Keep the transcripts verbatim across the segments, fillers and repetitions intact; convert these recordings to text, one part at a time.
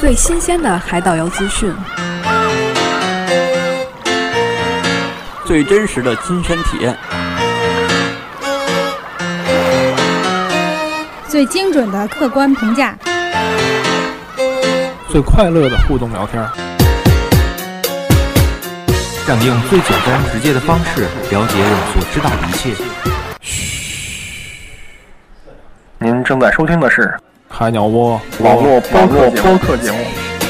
最新鲜的海岛游资讯， 最真实的亲身体验， 最精准的客观评价， 最快乐的互动聊天， 让你用最简单直接的方式了解我所知道的一切。 您正在收听的是海鸟窝网络网络播客节目。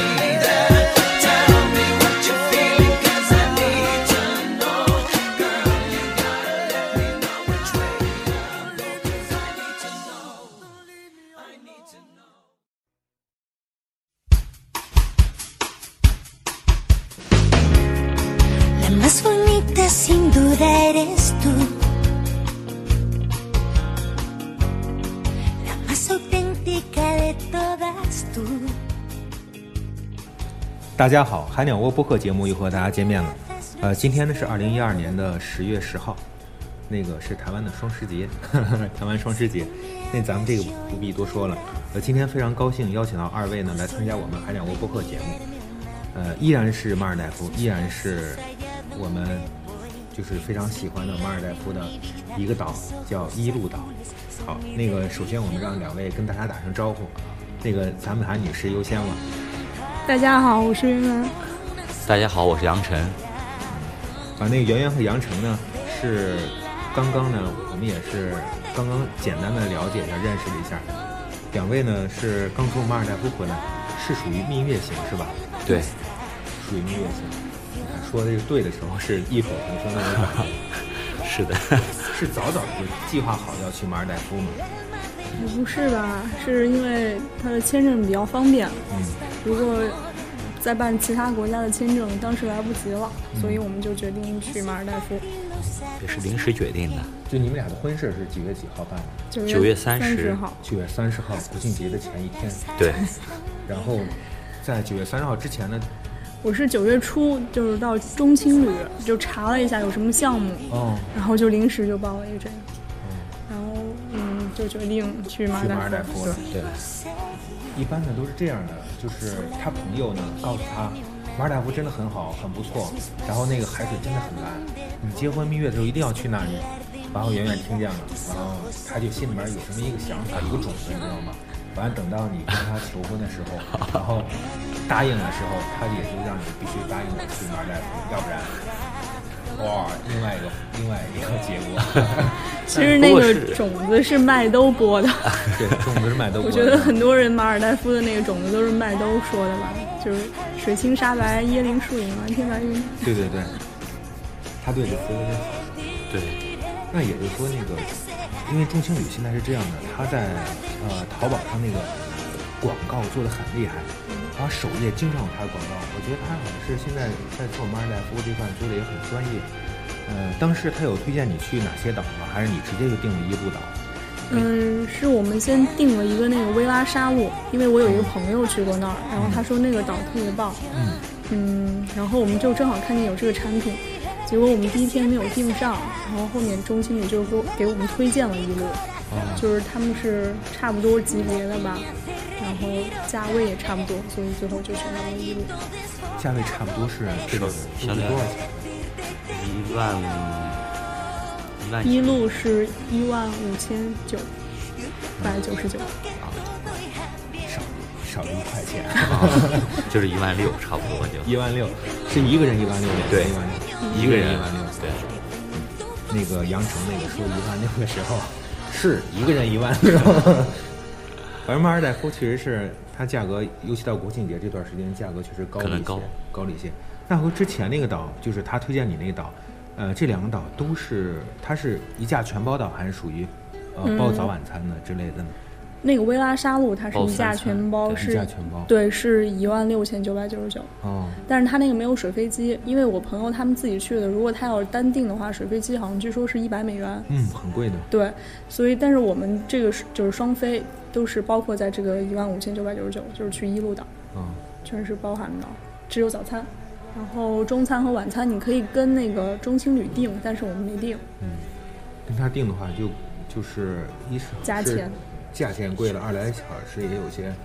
大家好，海鸟窝播客节目又和大家见面了。呃，今天呢是二零一二年的十月十号，那个是台湾的双十节，呵呵台湾双十节。那咱们这个不必多说了。呃，今天非常高兴邀请到二位呢来参加我们海鸟窝播客节目。呃，依然是马尔代夫，依然是我们就是非常喜欢的马尔代夫的一个岛，叫伊路岛。好，那个首先我们让两位跟大家打声招呼。那个咱们喊女士优先了。 大家好，我是圆圆。 大家好，我是杨晨。 啊，那个圆圆和杨晨呢，是刚刚呢，我们也是刚刚简单的了解一下，认识了一下。两位呢是刚从马尔代夫回来，是属于蜜月型是吧？ 对， 属于蜜月型。你看说的这个对的时候是异口同声的那种感觉。 是的， 是早早就计划好要去马尔代夫吗？ 也不是吧，是因为他的签证比较方便。嗯，如果再办其他国家的签证，当时来不及了，嗯、所以我们就决定去马尔代夫。 也是临时决定的。 就你们俩的婚事是几月几号办的？ 九月三十号。 九月三十号，国庆节的前一天。 对。 然后，在九月三十号之前呢？ 我是九月初，就是到中青旅就查了一下有什么项目，哦，然后就临时就报了一个这个。然后嗯，就决定去马尔代夫了。对，一般的都是这样的，就是他朋友呢告诉他，马尔代夫真的很好，很不错，然后那个海水真的很蓝，你结婚蜜月的时候一定要去那里。然后圆圆听见了，然后他就心里面有什么一个想法，一个种子，你知道吗？完了等到你跟他求婚的时候，然后答应的时候，他也就让你必须答应我去马尔代夫，要不然。哇，另外一个另外一个结果。 其实那个种子是麦兜播的。 对，种子是麦兜播的。 我觉得很多人马尔代夫的那个种子都是麦兜说的吧，就是水清沙白，椰林树影，蓝天白云。 对对对，他对这说的好。 对， 那也就是说，那个因为中青旅现在是这样的，他在呃淘宝上那个广告做得很厉害。他首页经常有他的广告，我觉得他好像是现在在做马尔代夫这块做的也很专业。呃，当时他有推荐你去哪些岛吗？还是你直接就定了伊路岛？ 嗯，是我们先定了一个那个薇拉沙路，因为我有一个朋友去过那儿，然后他说那个岛特别棒。嗯嗯，然后我们就正好看见有这个产品，结果我们第一天没有订上，然后后面中青旅就给我给我们推荐了伊路，哦、就是他们是差不多级别的吧。然后价位也差不多，所以最后就选到了伊路。 价位差不多是这个相当于多少钱？一万一万。 伊路是一万五千九百九十九。 少少了一块钱， 就是一万六，差不多就。 一万六，是一个人一万六， 对， 一万六， 一个人一万六，对。那个杨成那个说一万六的时候，是一个人一万六。反正马尔代夫确实是它价格，尤其到国庆节这段时间，价格确实高了一些， 高高了一些。那和之前那个岛，就是他推荐你那个岛，呃，这两个岛都是，它是一价全包岛，还是属于呃包早晚餐的之类的呢？ 那个薇拉沙路它是一价全包，是一价全包， 对，是一万六千九百九十九。哦，但是它那个没有水飞机，因为我朋友他们自己去的，如果他要是单订的话，水飞机好像据说是一百美元， 嗯，很贵的。 对，所以但是我们这个就是双飞。都是包括在这个一万五千九百九十九，就是去伊路岛，嗯，全是包含的，只有早餐，然后中餐和晚餐你可以跟那个中青旅订，但是我们没订。 嗯，跟他订的话就就是一是加钱， 价钱贵了，二来小时也有些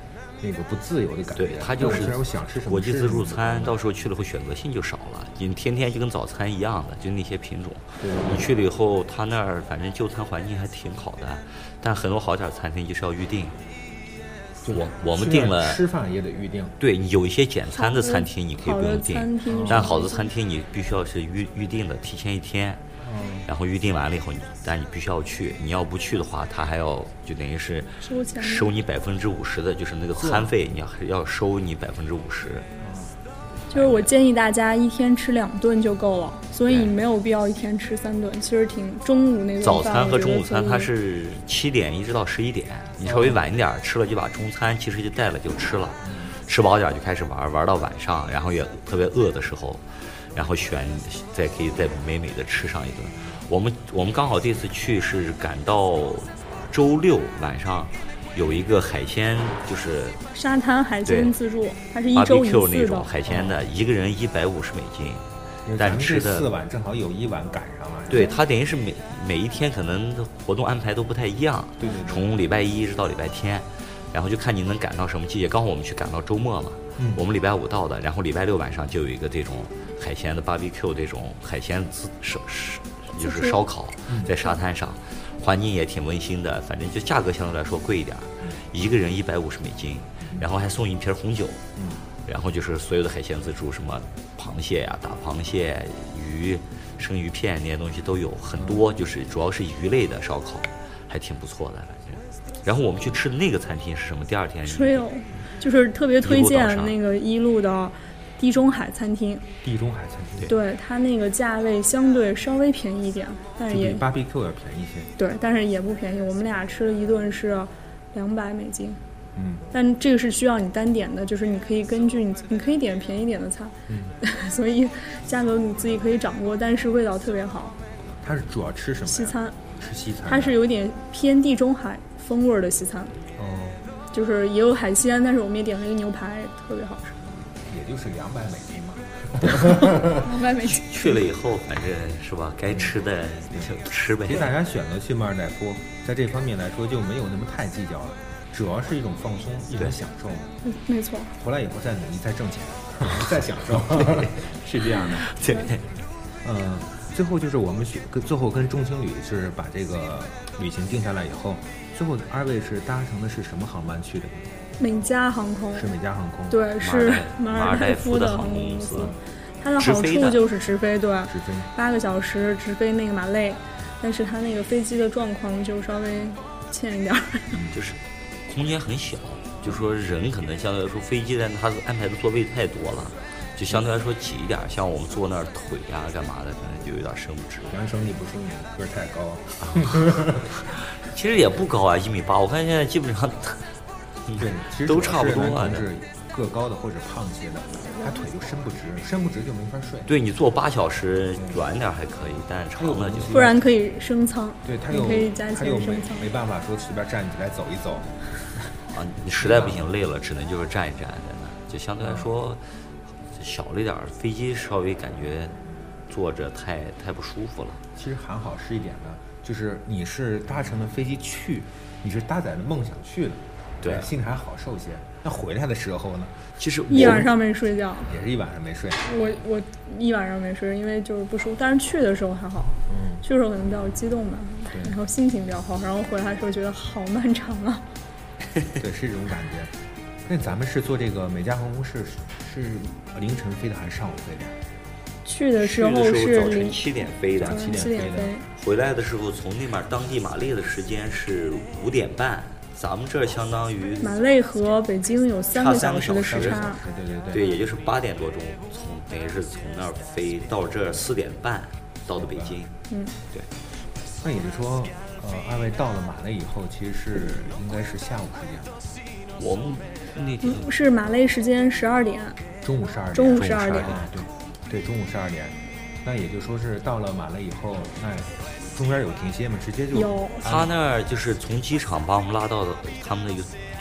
那个不自由的感觉。 对，它就是我想吃什么国际自助餐，到时候去了后选择性就少了，你天天就跟早餐一样的，就那些品种。 对， 你去了以后，他那儿反正就餐环境还挺好的，但很多好点餐厅就是要预定。我我们订了， 吃饭也得预定。 对，有一些简餐的餐厅你可以不用订，但好的餐厅你必须要是预预定的，提前一天。然后预定完了以后，你但你必须要去，你要不去的话，他还要就等于是收钱， 收你百分之五十的，就是那个餐费，你要要收你百分之五十。 就是我建议大家一天吃两顿就够了，所以你没有必要一天吃三顿。其实挺中午那个早餐和中午餐它是七点一直到十一点，你稍微晚一点吃了就把中餐其实就带了就吃了，吃饱点就开始玩，玩到晚上，然后也特别饿的时候。然后选再可以再美美的吃上一顿。我们我们刚好这次去是赶到周六晚上，有一个海鲜就是沙滩海鲜自助，它是一周一次的那种海鲜的，一个人一百五十美金，但吃的四碗正好有一碗赶上了。 对，它等于是每每一天可能活动安排都不太一样， 对对对， 从礼拜一一直到礼拜天，然后就看你能赶到什么季节。刚好我们去赶到周末嘛，嗯、我们礼拜五到的，然后礼拜六晚上就有一个这种海鲜的 barbecue 这种海鲜烧就是烧烤，在沙滩上，环境也挺温馨的，反正就价格相对来说贵一点，一个人一百五十美金，然后还送一瓶红酒，然后就是所有的海鲜自助，什么螃蟹呀、大螃蟹、鱼、生鱼片那些东西都有很多，就是主要是鱼类的烧烤，还挺不错的反正。然后我们去吃的那个餐厅是什么？第二天 Trio 就是特别推荐那个一路的地中海餐厅。 地中海餐厅， 对，它那个价位相对稍微便宜一点，但是也比 barbecue 要便宜一些。 对，但是也不便宜。我们俩吃了一顿是两百美金。 嗯， 但这个是需要你单点的，就是你可以根据你，你可以点便宜点的菜，嗯，所以价格你自己可以掌握，但是味道特别好。 它是主要吃什么？ 西餐， 吃西餐。 它是有点偏地中海风味的西餐。 哦， 就是也有海鲜，但是我们也点了一个牛排，特别好吃。 也就是两百美金嘛。 两百美金。 去了以后，反正是吧，该吃的就吃呗。 其实大家选择去马尔代夫，在这方面来说就没有那么太计较了。主要是一种放松，一种享受嘛。 嗯，没错。 回来以后再努力，再挣钱，再享受，是这样的。 对。 嗯，最后就是我们选跟最后跟中青旅是把这个旅行定下来以后，最后二位是搭乘的是什么航班去的？ 美加航空。 是美加航空。 对，是马尔代夫的航空公司。 它的好处就是直飞，对， 直飞八个小时直飞那个马累，但是它那个飞机的状况就稍微欠一点。 嗯，就是。空间很小，就说人可能相对来说飞机，但它安排的座位太多了，就相对来说挤一点。像我们坐那儿腿呀、啊、干嘛的，可能就有点伸不直。 男生你不说你个儿太高， 其实也不高啊，一米八。我看现在基本上， 对，其实都差不多啊。 是个高的或者胖些的，他腿就伸不直，伸不直就没法睡。 对，你坐八小时，短点还可以，但长了就不然可以升舱。 对，他有可以加钱升舱， 没办法说随便站起来走一走。 啊，你实在不行累了，只能就是站一站在那，就相对来说小了一点，飞机稍微感觉坐着太太不舒服了。 其实还好是一点的，就是你是搭乘的飞机去，你是搭载着梦想去的， 对， 心里还好受些。那回来的时候呢？ 其实一晚上没睡觉， 也是一晚上没睡。 我我一晚上没睡，因为就是不舒服。但是去的时候还好， 嗯， 去的时候可能比较激动吧，然后心情比较好，然后回来的时候觉得好漫长啊。 对，是这种感觉。那咱们是坐这个美加航空是是凌晨飞的还是上午飞的？ 去的时候是早晨七点飞的， 七点飞的。 回来的时候从那边当地马累的时间是五点半，咱们这儿相当于马累和北京有三个小时的时差。 对对对。 对，也就是八点多钟从等于是从那儿飞到这儿四点半到的北京。 嗯， 对。 那也就是说。呃，二位到了马累以后，其实是应该是下午时间。 我们那天、 嗯、是马累时间十二点， 中午十二点， 中午十二点， 对对，中午十二点。那也就说是到了马累以后，那中间有停歇吗？直接就有。 他那儿就是从机场把我们拉到他们那个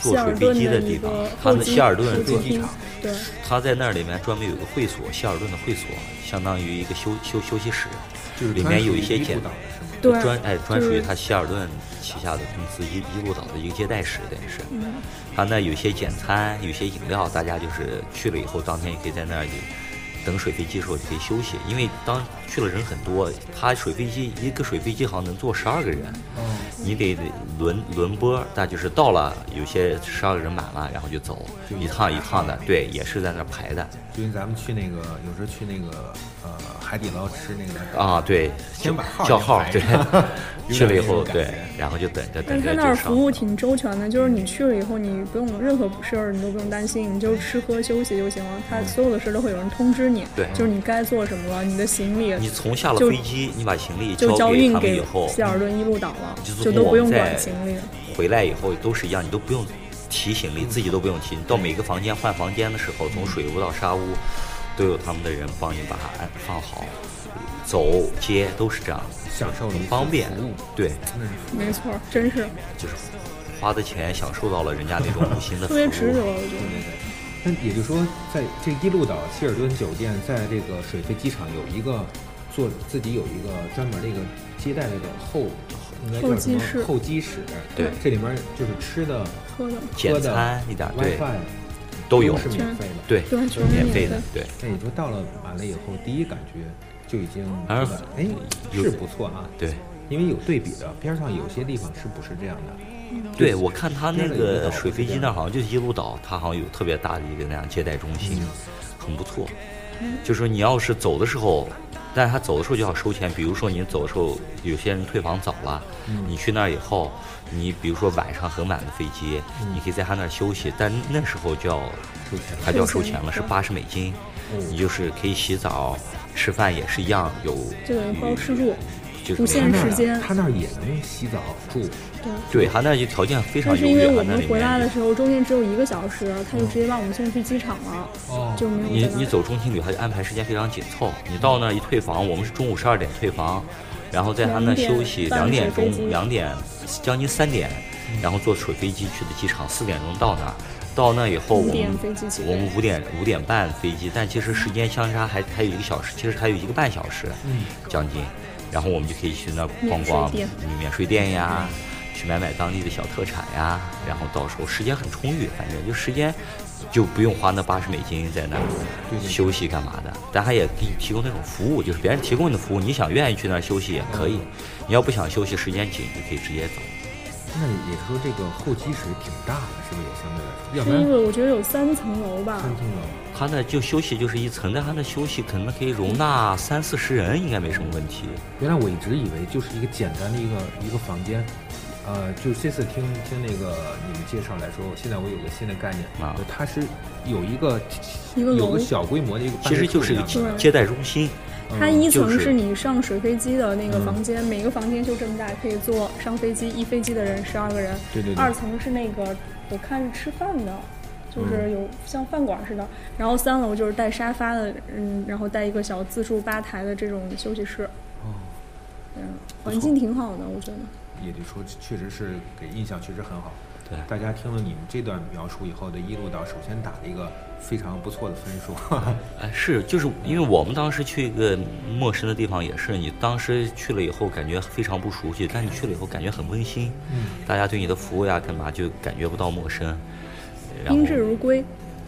坐水飞机的地方，它的希尔顿飞机场，对， 它在那里面专门有个会所，希尔顿的会所，相当于一个休休休息室， 就是里面有一些简对专哎专属于它希尔顿旗下的公司一一路岛的一个接待室，等于是， 嗯， 它那有些简餐，有些饮料，大家就是去了以后，当天也可以在那里。等水飞机的时候就可以休息，因为当去了人很多，它水飞机一个水飞机好像能坐十二个人， 哦， 你得轮轮播，但就是到了有些十二个人满了，然后就走， 就一趟一趟的，对，也是在那排的。 就跟咱们去那个有时候去那个呃海底捞吃那个啊，对， 先把号叫号，对，去了以后对， 觉然后就等着等着。 但他那儿服务挺周全的，就是你去了以后，你不用任何事儿，你都不用担心，你就吃喝休息就行了。他所有的事都会有人通知你， 对， 就是你该做什么了，你的行李， 你从下了飞机，你把行李就交运给以后， 希尔顿一路岛了， 就都不用管行李。 回来以后都是一样，你都不用提行李，自己都不用提。你到每个房间换房间的时候，从水屋到沙屋，都有他们的人帮你把它放好，走街都是这样， 享受了方便服务， 对， 没错，真是就是花的钱享受到了人家那种无心的服务， 特别值得，我觉得。 那也就是说，在这一路岛希尔顿酒店，在这个水飞机场有一个做自己有一个专门的一个接待的后。 候机室， 候机室， 对， 这里面就是吃的、 喝的、 简餐一点，对， WiFi 都有， 是免费的， 对， 对， 是免费的，对。 那你说到了完了以后，第一感觉就已经觉得，哎，是不错啊， 对， 因为有对比的，边上有些地方是不是这样的？ 对，我看他那个水飞机那好像就是一路岛，他好像有特别大的一个那样接待中心， 嗯、 很不错。就是说你要是走的时候。但是他走的时候就要收钱，比如说你走的时候，有些人退房早了， 嗯、 你去那儿以后，你比如说晚上很晚的飞机， 嗯、 你可以在他那儿休息，但那时候就要收钱， 他就要收钱了，是八十美金， 嗯、 你就是可以洗澡、吃饭也是一样，有这个包吃住， 就是不限时间， 他那儿也能洗澡住。 对，他那就条件非常优越。 但是因为我们回来的时候中间只有一个小时，他就直接把我们送去机场了， 哦， 就没有。 你你走中青旅，他就安排时间非常紧凑。你到那一退房，我们是中午十二点退房，然后在他那休息两点钟，两点将近三点，然后坐水飞机去的机场，四点钟到那儿。到那以后，我们我们五点五点半飞机，但其实时间相差还还有一个小时，其实还有一个半小时， 嗯， 将近。然后我们就可以去那逛逛免税店呀。去买买当地的小特产呀，然后到时候时间很充裕，反正就时间就不用花那八十美金在那儿休息干嘛的。但他也给你提供那种服务，就是别人提供的服务，你想愿意去那儿休息也可以，你要不想休息，时间紧，你可以直接走。 那也是说这个候机室挺大的，是不是也相对来说？要不然这个我觉得有三层楼吧。 三层楼。 他那就休息就是一层，但他那休息可能可以容纳三四十人，应该没什么问题。 原来我一直以为就是一个简单的一个一个房间。呃，就这次听听那个你们介绍来说，现在我有个新的概念啊，它是有一个一个有个小规模的一个， 其实就是一个接待中心。 它一层是你上水飞机的那个房间，嗯、每个房间就这么大，可以坐上飞机一飞机的人十二个人。 对对对。 二层是那个我看是吃饭的，就是有像饭馆似的。嗯、然后三楼就是带沙发的，嗯，然后带一个小自助吧台的这种休息室。 哦。 嗯，环境挺好的，我觉得。 也得说，确实是给印象确实很好。 对， 大家听了你们这段描述以后的一路岛，首先打了一个非常不错的分数。 哎，是，就是因为我们当时去一个陌生的地方，也是你当时去了以后感觉非常不熟悉，但你去了以后感觉很温馨。 嗯， 大家对你的服务呀干嘛就感觉不到陌生。 宾至如归。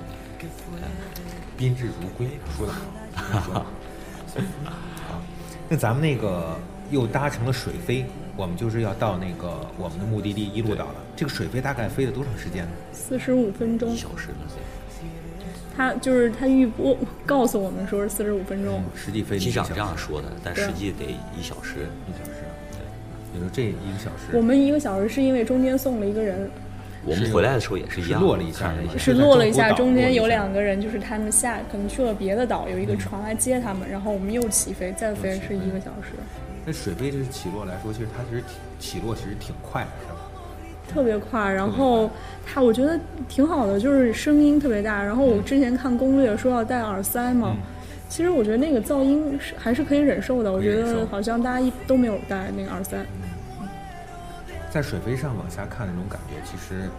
宾至如归，说得好。好，那咱们那个又搭乘了水飞。我们就是要到那个我们的目的地一路岛了。这个水飞大概飞了多长时间呢？ 四十五分钟。 一小时呢？ 他就是他预播告诉我们说是四十五分钟， 嗯、实际飞机长这样说的，但实际得一小时， 一小时。对，也就这一个小时。 我们一个小时是因为中间送了一个人。 我们回来的时候也是一样， 落了一下， 是落了一下，中间有两个人，就是他们下可能去了别的岛，有一个船来接他们，然后我们又起飞，再飞是一个小时。 那水飞这起落来说，其实它其实起落其实挺快的，是吧？ 特别快，然后它我觉得挺好的，就是声音特别大。然后我之前看攻略说要戴耳塞嘛，嗯、其实我觉得那个噪音是还是可以忍受的。我觉得好像大家一都没有戴那个耳塞。 嗯、在水飞上往下看那种感觉，其实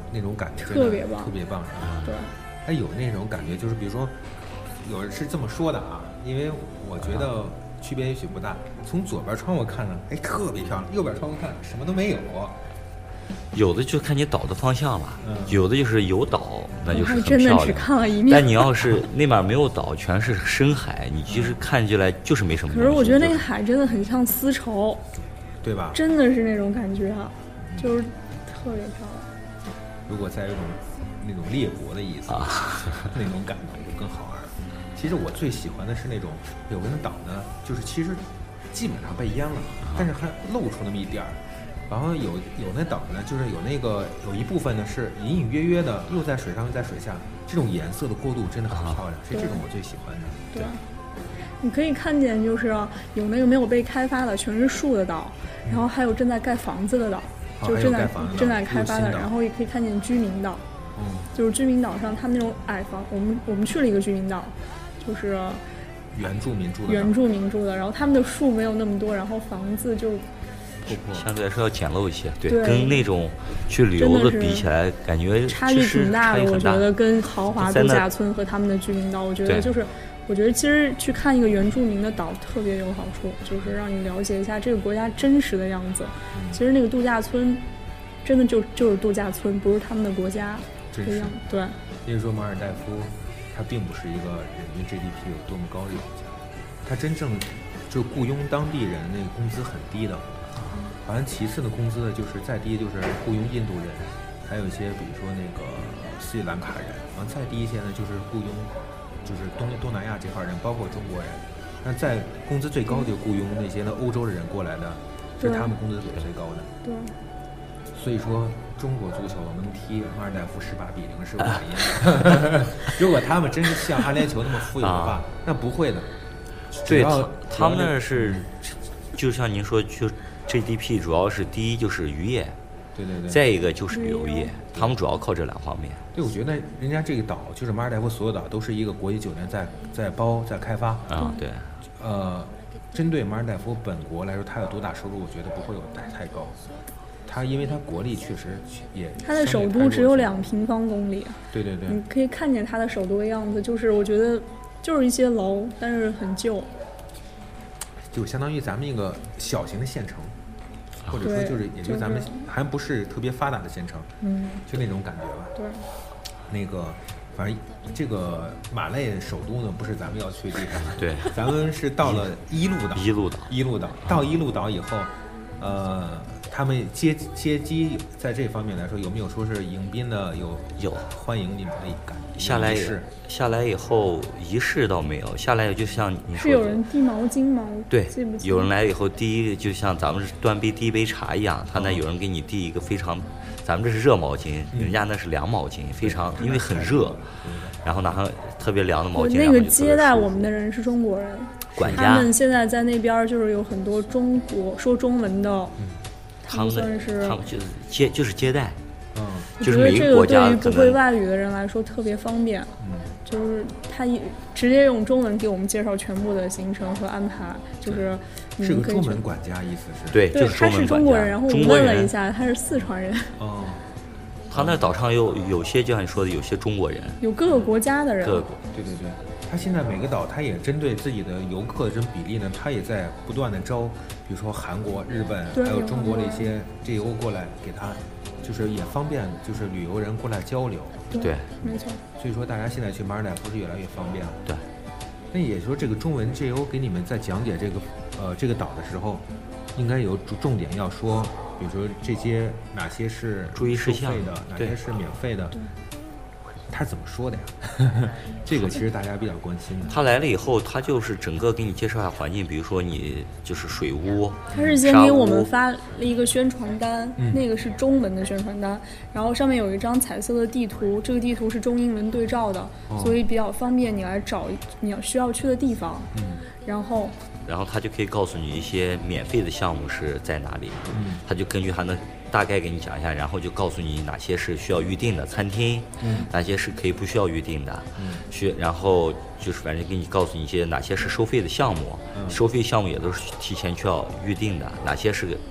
那种感觉特别棒， 特别棒。 对， 它有那种感觉，就是比如说，有人是这么说的啊，因为我觉得区别也许不大。从左边窗户看呢，哎，特别漂亮；右边窗户看什么都没有。 有的就看你导的方向了， 嗯、 有的就是有导，那就是很真的漂亮。 只看了一面。 但你要是那边没有导，全是深海，你其实看起来就是没什么东西。 可是我觉得那个海真的很像丝绸， 对吧？ 真的是那种感觉啊，就是特别漂亮。 如果再有一种那种列国的意思，啊、那种感觉就更好玩了。其实我最喜欢的是那种有的岛呢，就是其实基本上被淹了，啊、但是还露出那么一点儿。然后有有那岛呢，就是有那个有一部分呢是隐隐约约的，又在水上又在水下，这种颜色的过渡真的很漂亮，是这种我最喜欢的。 对，你可以看见就是有那个没有被开发的全是树的岛，然后还有正在盖房子的岛， 嗯、 就正在、 哦、 正在开发的，然后也可以看见居民岛。 嗯， 就是居民岛上他们那种矮房，我们我们去了一个居民岛，就是原住民住的原住民住的，然后他们的树没有那么多，然后房子就相对来说要简陋一些，对， 对跟那种去旅游的比起来，感觉差距挺大的。 我觉得跟豪华度假村和他们的居民岛，我觉得就是，我觉得其实去看一个原住民的岛特别有好处，就是让你了解一下这个国家真实的样子。嗯、其实那个度假村，真的就就是度假村，不是他们的国家这样。对， 因为说马尔代夫，它并不是一个人均 G D P 有多么高的国家，它真正就雇佣当地人那个工资很低的。好像其次的工资呢，就是再低就是雇佣印度人，还有一些比如说那个斯里兰卡人，然后再低一些呢就是雇佣就是东东南亚这块人，包括中国人。那在工资最高就雇佣那些呢欧洲的人过来的，是他们工资是最高的。 对。 所以说中国足球能踢马尔代夫十八比零是我的。如果他们真是像阿联酋那么富有的话，啊、那不会的。 对，他他们那是就像您说就。G D P 主要是第一就是渔业， 对对对， 再一个就是旅游业，他们主要靠这两方面。 对，我觉得人家这个岛就是马尔代夫所有岛都是一个国际酒店在在包在开发啊，对。 呃，针对马尔代夫本国来说，它有多大收入？我觉得不会有太太高。它因为它国力确实也， 它的首都只有两平方公里。 对对对， 你可以看见它的首都的样子，就是我觉得就是一些楼，但是很旧， 就相当于咱们一个小型的县城。或者说就是，也就咱们还不是特别发达的县城， 嗯， 就那种感觉吧。 对， 那个，反正这个马累首都呢，不是咱们要去的地方。 对， 咱们是到了伊路岛。 伊路岛， 伊路岛到伊路岛以后，呃，他们接接机在这方面来说，有没有说是迎宾的有有欢迎你们的感觉？ 下来下来以后仪式倒没有，下来就像你说的， 是有人递毛巾吗？ 对，有人来以后第一就像咱们端杯第一杯茶一样，他那有人给你递一个非常，咱们这是热毛巾， 嗯、 人家那是凉毛巾，非常因为很热，然后拿上特别凉的毛巾。 那个接待我们的人是中国人， 管家， 他们现在在那边就是有很多中国说中文的， 嗯、 他们算是他们就是接就是接待。 嗯， 就是每个国家对于不会外语的人来说特别方便。 嗯， 就是他一直接用中文给我们介绍全部的行程和安排，就是是个中文管家，意思是对， 对， 就是他是中国人，然后我们问了一下，他是四川人。 哦， 他那岛上有有些就像你说的，有些中国人， 有各个国家的人。 各个对对对，他现在每个岛，他也针对自己的游客的这种比例呢，他也在不断的招，比如说韩国、日本还有中国的一些 G O 过来给他。就是也方便，就是旅游人过来交流。 对， 没错。 所以说，大家现在去马尔代夫是越来越方便了。 对。 那也说，这个中文 G O 给你们在讲解这个呃这个岛的时候，应该有重点要说，比如说这些哪些是注意事项的，哪些是免费的。他怎么说的呀？这个其实大家比较关心的。 他来了以后，他就是整个给你介绍一下环境，比如说你就是水屋。 他是先给我们发了一个宣传单， 嗯、 那个是中文的宣传单，然后上面有一张彩色的地图，这个地图是中英文对照的， 哦、 所以比较方便你来找你要需要去的地方。 嗯， 然后。 然后他就可以告诉你一些免费的项目是在哪里， 嗯， 他就根据他的大概给你讲一下，然后就告诉你哪些是需要预定的餐厅， 嗯， 哪些是可以不需要预定的， 嗯， 需然后就是反正给你告诉你一些哪些是收费的项目， 嗯， 收费项目也都是提前需要预定的，哪些是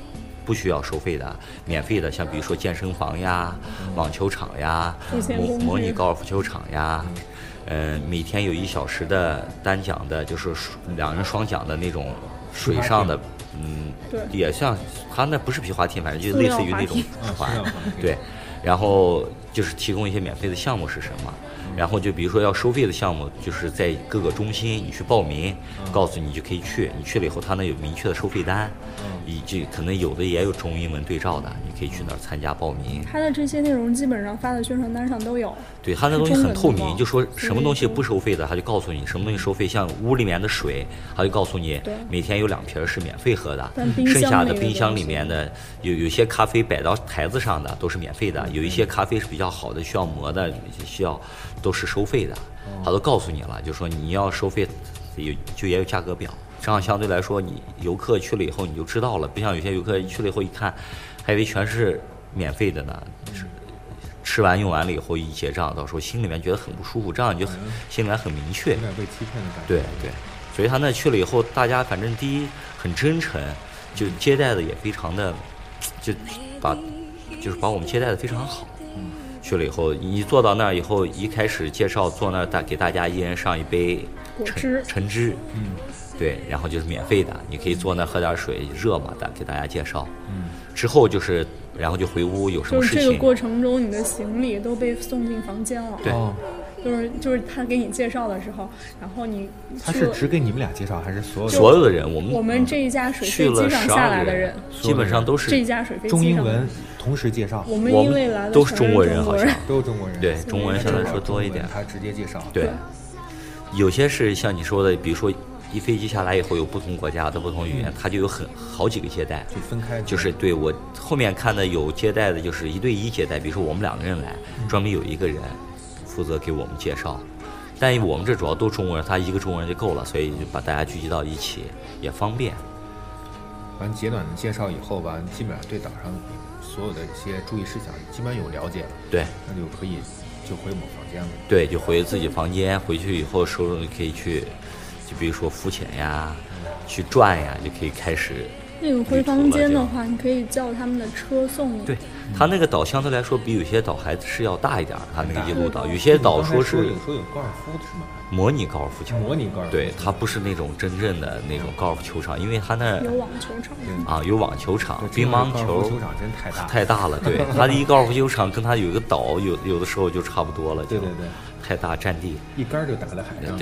不需要收费的，免费的，像比如说健身房呀、网球场呀、模模拟高尔夫球场呀。嗯、呃，每天有一小时的单讲的，就是两人双讲的那种水上的，嗯，也像他那不是皮划艇，反正就类似于那种船，对。然后就是提供一些免费的项目是什么？然后就比如说要收费的项目，就是在各个中心你去报名，告诉你就可以去。你去了以后，他那有明确的收费单，以及可能有的也有中英文对照的，你可以去那儿参加报名。 他的这些内容基本上发的宣传单上都有。 对，他那东西很透明，就说什么东西不收费的，他就告诉你什么东西收费。像屋里面的水，他就告诉你每天有两瓶是免费喝的，剩下的冰箱里面的有有些咖啡摆到台子上的都是免费的，有一些咖啡是比较好的，需要磨的，需要都是收费的。他都告诉你了，就说你要收费，有就也有价格表。这样相对来说，你游客去了以后你就知道了，不像有些游客去了以后一看，还以为全是免费的呢。吃完用完了以后一结账，到时候心里面觉得很不舒服，这样你就很心里面很明确， 有点被欺骗的感觉。 对对，所以他那去了以后，大家反正第一很真诚，就接待的也非常的，就把就是把我们接待的非常好。去了以后，你坐到那儿以后，一开始介绍坐那儿大给大家一人上一杯橙橙汁，嗯，对，然后就是免费的，你可以坐那儿喝点水，热嘛的，给大家介绍。嗯，之后就是然后就回屋，有什么事情？ 就是这个过程中，你的行李都被送进房间了。 对。 就是就是他给你介绍的时候，然后你他是只给你们俩介绍，还是所有所有的人？我们我们这一家水飞机上下来的人， 基本上都是这一家水飞机中英文同时介绍。 我们因为来的都是中国人，好像都是中国人。 对，中国人相对来说多一点。 他直接介绍。 对，有些是像你说的，比如说一飞机下来以后有不同国家的不同语言，他就有很好几个接待， 就分开。 就是对我后面看的有接待的，就是一对一接待，比如说我们两个人来，专门有一个人负责给我们介绍。但我们这主要都中国人，他一个中国人就够了，所以就把大家聚集到一起也方便。 完简短的介绍以后吧，基本上对岛上所有的一些注意事项基本上有了解了。 对， 那就可以就回我们房间了。 对，就回自己房间，回去以后收入可以去，就比如说浮潜呀，去转呀，就可以开始。 那个回房间的话，你可以叫他们的车送你。 对，他那个岛相对来说比有些岛还是要大一点，他那个一路岛，有些岛说是有说有高尔夫是吗？ 模拟高尔夫球， 模拟高尔夫， 对，它不是那种真正的那种高尔夫球场，因为它那有网球场啊，有网球场、乒乓球球场真太大太大了，对，它的一高尔夫球场跟它有一个岛，有有的时候就差不多了， 对对对， 太大占地， 一杆就打在海上， 对，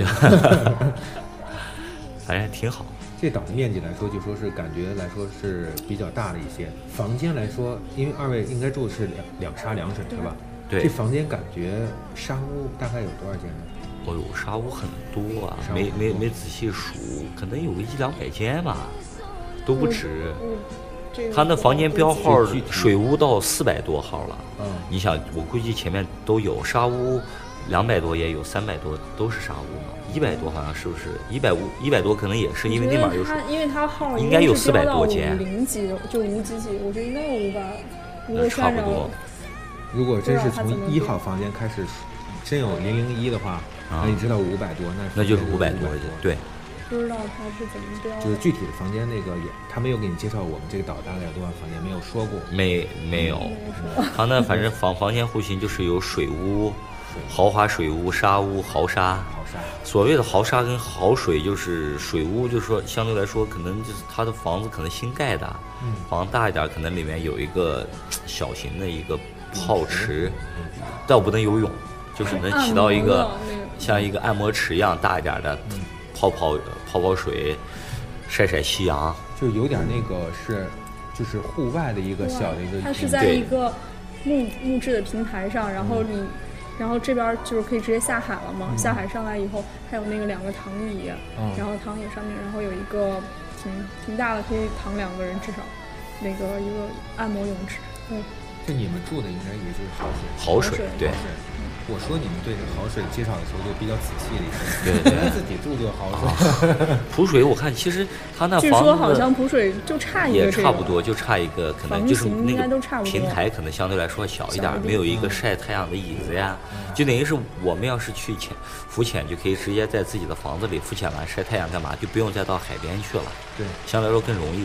反正挺好。 这岛的面积来说，就说是感觉来说是比较大的一些。房间来说，因为二位应该住的是两两沙两水，是吧？ 对。 这房间感觉沙屋大概有多少间呢？ 哦呦，沙屋很多啊，没没没仔细数，可能有个一两百间吧，都不止。嗯，他那房间标号水屋到四百多号了。嗯。你想，我估计前面都有沙屋，两百多也有，三百多都是沙屋嘛。一百多好像是不是？一百五一百多可能也是，因为那边有。 因为它号应该有四百多间。 零级就无机级，我觉得应该有五百。 那差不多。 如果真是从一号房间开始，真有零零一的话，那你知道五百多，那那就是五百多，对。 不知道它是怎么标。 就是具体的房间那个也，他没有给你介绍我们这个岛大概有多少房间，没有说过。 没没有，他那反正房房间户型就是有水屋。豪华水屋、沙屋、豪沙。 豪沙。 所谓的豪沙跟豪水，就是水屋，就是说相对来说，可能就是它的房子可能新盖的，嗯，房子大一点，可能里面有一个小型的一个泡池，嗯、倒不能游泳，就是能起到一个像一个按摩池一样大一点的，嗯、泡泡泡泡水，晒晒夕阳， 就有点那个是，就是户外的一个小的一个。 它是在一个木木质的平台上，然后你。嗯然后这边就是可以直接下海了嘛，嗯、下海上来以后还有那个两个躺椅，嗯、然后躺椅上面然后有一个挺挺大的，可以躺两个人至少，那个一个按摩泳池。对， 就你们住的应该也就是好水。 好水，对。 我说你们对这好水介绍的时候就比较仔细了一些， 对对， 自己住就好水。 啊、普水我看其实他那房子据说好像普水就差一个、 这个，也差不多，就差一个可能就是那个平台可能相对来说小一点，没有一个晒太阳的椅子呀。嗯、就等于是我们要是去潜浮潜，就可以直接在自己的房子里浮潜完晒太阳干嘛，就不用再到海边去了。 对， 相对来说更容易。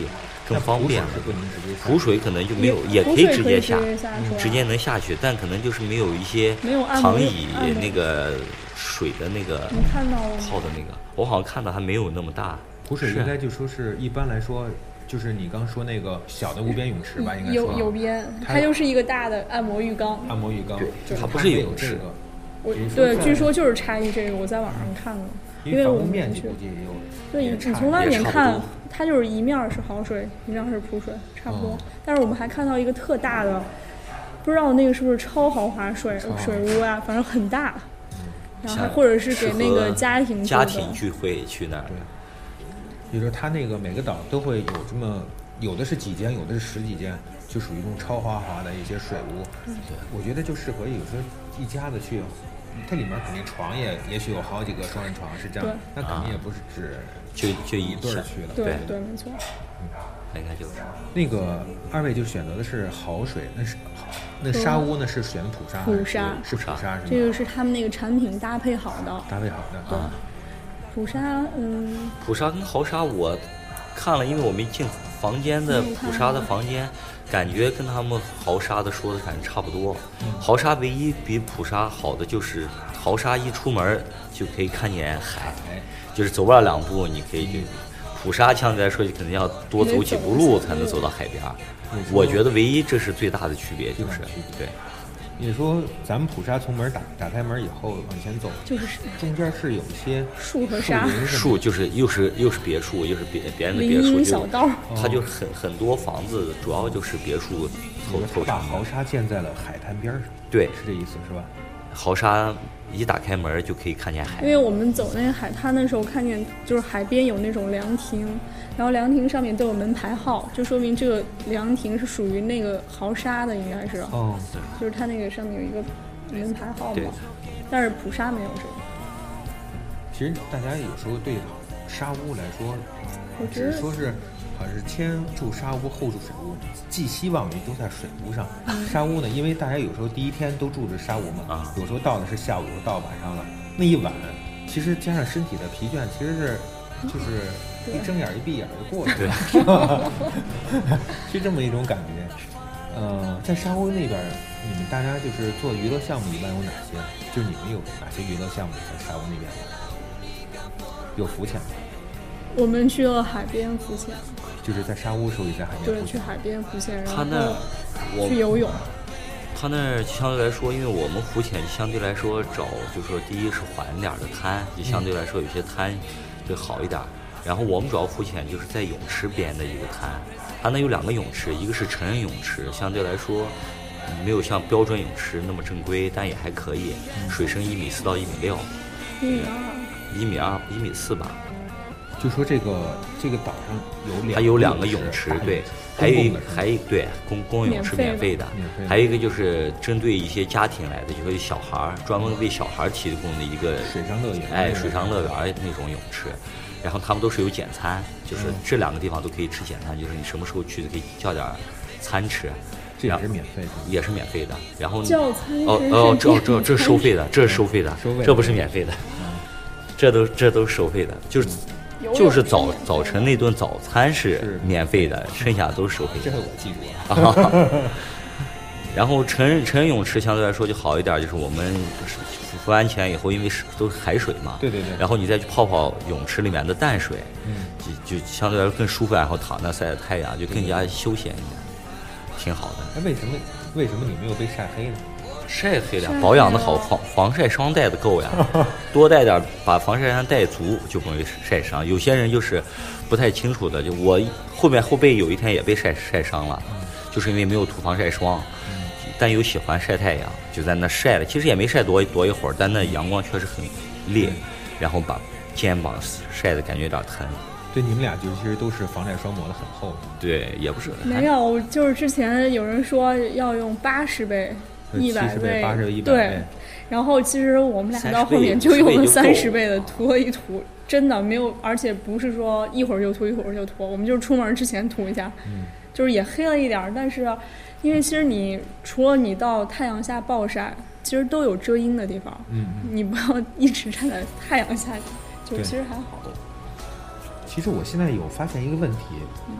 更方便了。 是不能直接下， 普水可能就没有，也可以直接下，直接能下去，但可能就是没有一些躺椅那个水的那个泡的那个，我好像看到还没有那么大。 普水应该就说是一般来说。就是你刚说那个小的无边泳池吧，应该有有边，它就是一个大的按摩浴缸。 按摩浴缸， 对，它不是泳池。 我对，据说就是差异这个，我在网上看了，因为我们面积估计也有。 对，你从外面看，它就是一面是好水，一面是普水，差不多。但是我们还看到一个特大的，不知道那个是不是超豪华水水屋啊，反正很大。然后或者是给那个家庭家庭聚会去那儿。 比如说它那个每个岛都会有这么，有的是几间，有的是十几间，就属于那种超豪华的一些水屋。 对， 我觉得就适合有时候一家子去，它里面肯定床也也许有好几个双人床是这样，那肯定也不是只就就一对儿去了。 对对，没错。 嗯，应该就是那个二位就选择的是好水，那是那沙屋呢是选的普沙， 普沙是普沙是吗？ 这个是他们那个产品搭配好的， 搭配好的对。普沙，嗯， 普沙跟豪沙我看了，因为我没进房间的普沙的房间，感觉跟他们豪沙的说的感觉差不多。嗯、豪沙唯一比普沙好的就是豪沙一出门就可以看见海，就是走不了两步你可以就。普沙相对来说肯定要多走几步路才能走到海边，我觉得唯一这是最大的区别，就是对。 你说咱们普沙从门打打开门以后往前走， 就是中间是有一些树和沙， 树就是又是又是别墅，又是别别人的别墅， 小道， 它就很很多房子，主要就是别墅后后把豪沙建在了海滩边上， 对， 是这意思是吧？ 豪沙一打开门就可以看见海， 因为我们走那个海滩的时候，看见就是海边有那种凉亭，然后凉亭上面都有门牌号，就说明这个凉亭是属于那个豪沙的，应该是。 哦，对， 就是它那个上面有一个门牌号嘛，但是普沙没有这个。 其实大家有时候对沙屋来说， 我觉得只说是好像是先住沙屋后住水屋，寄希望于都在水屋上。嗯、沙屋呢，因为大家有时候第一天都住着沙屋嘛，啊、有时候到的是下午，到晚上了，那一晚其实加上身体的疲倦，其实是就是一睁眼一闭眼就过去了，是吧？是这么一种感觉。呃，在沙屋那边，你们大家就是做娱乐项目一般有哪些？就是你们有哪些娱乐项目在沙屋那边？有浮潜吗？ 我们去了海边浮潜， 就是在沙屋时候也在海边浮潜。 对，去海边浮潜，然后他那我去游泳。 他那相对来说，因为我们浮潜相对来说找，就是说第一是缓点的滩，就相对来说有些滩会好一点。嗯、然后我们主要浮潜就是在泳池边的一个滩，它那有两个泳池，一个是成人泳池，相对来说没有像标准泳池那么正规，但也还可以，水深一米四到一米六， 一米二， 一米二，一米四吧。 就说这个这个岛上有两， 它有两个泳池，对，还有一还有对公公泳池免费的，还有一个就是针对一些家庭来的，就是小孩专门为小孩提供的一个水上乐园， 哎，水上乐园那种泳池，然后他们都是有简餐，就是这两个地方都可以吃简餐，就是你什么时候去可以叫点餐吃， 这也是免费的， 也是免费的。然后叫餐哦哦这这这是收费的，这是收费的，这不是免费的，这都这都是收费的，就是。就是早早晨那顿早餐是免费的，剩下都是收费的。 这个我记住了。 然后成人成人泳池相对来说就好一点，就是我们付完钱以后，因为是都是海水嘛， 对对对。 然后你再去泡泡泳池里面的淡水，嗯，就就相对来说更舒服，然后躺那晒晒太阳，就更加休闲一点，挺好的。 那为什么为什么你没有被晒黑呢？ 晒黑了，保养的好，防防晒霜带的够呀，多带点，把防晒霜带足就不会晒伤。有些人就是不太清楚的，就我后面后背有一天也被晒晒伤了，嗯、就是因为没有涂防晒霜，嗯、但又喜欢晒太阳，就在那晒了。其实也没晒多多一会儿，但那阳光确实很烈，嗯、然后把肩膀晒的感觉有点疼。 对，你们俩就其实都是防晒霜抹得很厚。 对，也不是。 没有，就是之前有人说要用八十倍。一百倍， 八十倍， 对，然后其实我们俩到后面就用了三十倍的涂了一涂，真的没有，而且不是说一会儿就涂一会儿就涂，我们就是出门之前涂一下，嗯，就是也黑了一点，但是因为其实你除了你到太阳下暴晒，其实都有遮阴的地方，嗯，你不要一直站在太阳下，就其实还好。 其实我现在有发现一个问题，嗯、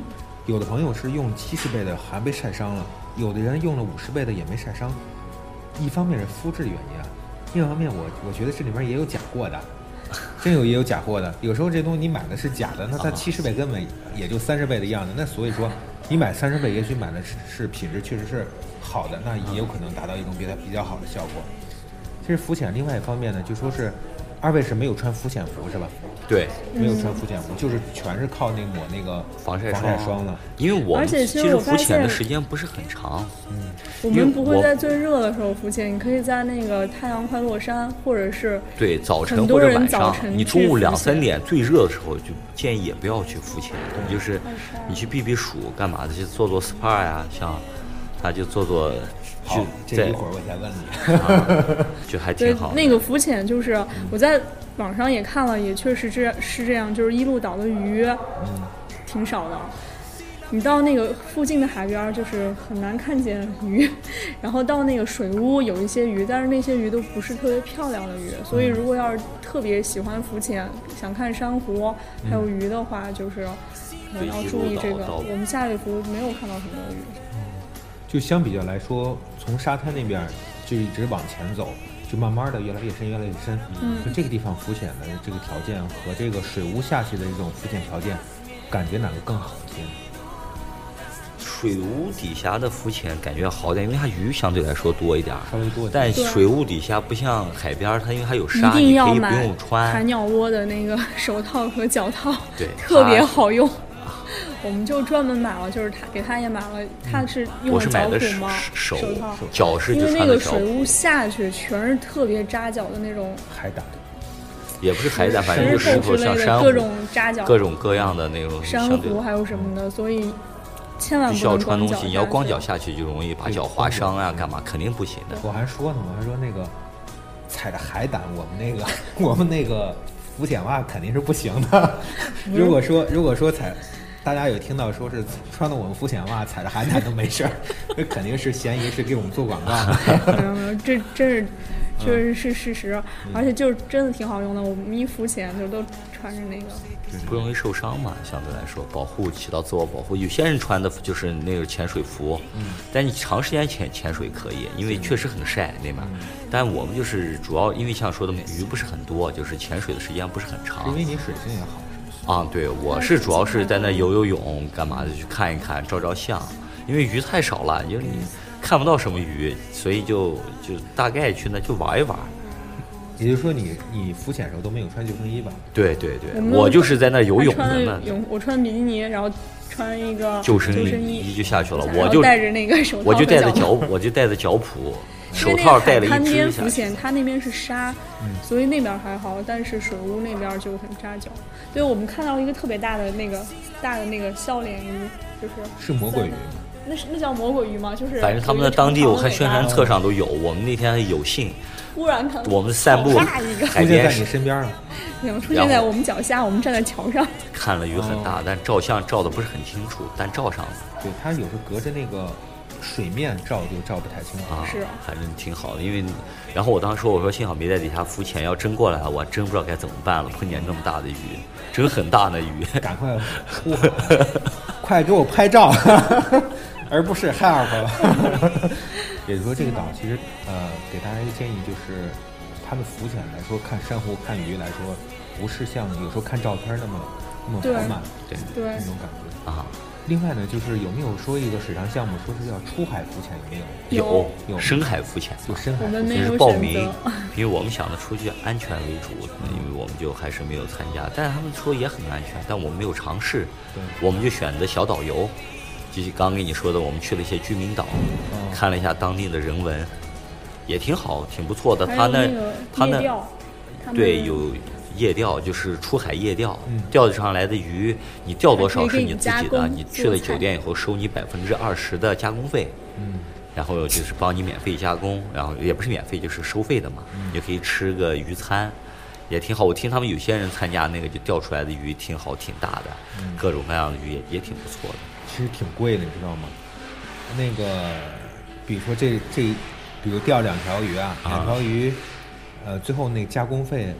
有的朋友是用七十倍的还被晒伤了，有的人用了五十倍的也没晒伤。一方面是肤质的原因啊，另一方面我我觉得这里面也有假货的，真有也有假货的。有时候这东西你买的是假的，那它七十倍根本也就三十倍的样子。那所以说，你买三十倍，也许买的是是品质确实是好的，那也有可能达到一种比较比较好的效果。其实浮潜另外一方面呢，就说是二位是没有穿浮潜服是吧？ 对， 没有穿浮潜服，嗯、就是全是靠那抹那个防晒防晒霜了。 因为我们其实浮潜的时间不是很长， 嗯， 我们不会在最热的时候浮潜，你可以在那个太阳快落山，或者是对早晨或者晚上，你中午两三点最热的时候，就建议也不要去浮潜，你就是你去避避暑干嘛的，去做做 S P A 呀，像他就做做。 好，这一会儿我再问你， 啊、就还挺好。 那个浮潜就是我在网上也看了，也确实这是这样，就是一路岛的鱼，嗯，挺少的。你到那个附近的海边，就是很难看见鱼，然后到那个水屋有一些鱼，但是那些鱼都不是特别漂亮的鱼，所以如果要是特别喜欢浮潜，想看珊瑚还有鱼的话，就是可能要注意这个。我们下里浮没有看到很多鱼。 就相比较来说，从沙滩那边就一直往前走，就慢慢的越来越深，越来越深。嗯，就这个地方浮潜的这个条件和这个水屋下去的这种浮潜条件，感觉哪个更好一些？ 水屋底下的浮潜感觉好点，因为它鱼相对来说多一点， 稍微多一点。 但水屋底下不像海边，它因为它有沙，你可以不用穿。 海鸟窝的那个手套和脚套， 对， 特别好用。我们就专门买了，就是他给他也买了，他是用了脚蹼吗？ 手手套， 脚是因为那个水屋下去全是特别扎脚的那种海胆， 也不是海胆，反正就石头像珊瑚， 各种扎脚， 各种各样的那种珊瑚还有什么的，所以千万不需要穿东西。你要光脚下去就容易把脚划伤啊，干嘛？肯定不行的。 我还说呢，我还说那个踩着海胆，我们那个我们那个浮潜袜肯定是不行的。如果说如果说踩。大家有听到说是穿的我们浮潜袜踩着海胆都没事儿，这肯定是嫌疑是给我们做广告的。 没有没有，这真是确实是事实，嗯、而且就是真的挺好用的。我们一浮潜就都穿着那个， 不容易受伤嘛，相对来说保护起到自我保护。有些人穿的就是那个潜水服，嗯、但你长时间潜潜水可以，因为确实很晒那边。嗯、但我们就是主要因为像说的鱼不是很多，就是潜水的时间不是很长。 因为你水性也好。 啊，对，我是主要是在那游游泳，干嘛的去看一看，照照相，因为鱼太少了，就是你看不到什么鱼，所以就就大概去那就玩一玩。 也就是说你，你你浮潜的时候都没有穿救生衣吧？ 对对对，我就是在那游泳的呢。 泳，我穿比基尼，然后穿一个救生衣就下去了，我就带着那个手套， 我就带着脚，我就带着脚蹼。手套戴了一只。 滩边浮潜，它那边是沙，嗯、所以那边还好，但是水屋那边就很扎脚。对，我们看到一个特别大的那个大的那个笑脸鱼，就是是魔鬼鱼吗？ 那是那叫魔鬼鱼吗？就是反正他们的当地我看宣传册上都有，我们那天有幸突然看我们散步海边在你身边了， 然后出现在我们脚下，我们站在桥上看了鱼很大，但照相照的不是很清楚，但照上了。 对，它有时候隔着那个水面照就照不太清楚啊，是，反正挺好的。因为，然后我当时说，我说幸好没在底下浮潜，要真过来了，我真不知道该怎么办了。碰见那么大的鱼，真很大的鱼， 赶快呼，快给我拍照，而不是 help。也就是说，这个岛其实呃，给大家一个建议，就是他们浮潜来说，看珊瑚、看鱼来说，不是像有时候看照片那么那么饱满， 对对那种感觉啊。 另外呢，就是有没有说一个水上项目，说是要出海浮潜，有没有？ 有有深海浮潜， 有深海浮潜， 就是报名，因为我们想的出去安全为主，因为我们就还是没有参加。但是他们说也很安全，但我们没有尝试，我们就选择小导游，就是刚刚跟你说的，我们去了一些居民岛，哦、看了一下当地的人文，也挺好，挺不错的。他那他那对有。夜钓就是出海夜钓，嗯、钓上来的鱼，你钓多少是你自己的，你去了酒店以后收你百分之二十的加工费，嗯，然后就是帮你免费加工，然后也不是免费就是收费的嘛，嗯、也可以吃个鱼餐，也挺好。我听他们有些人参加那个就钓出来的鱼挺好，挺大的，嗯、各种各样的鱼也也挺不错的。 其实挺贵的，你知道吗？那个，比如说这这，比如钓两条鱼啊，两条鱼，呃，最后那加工费。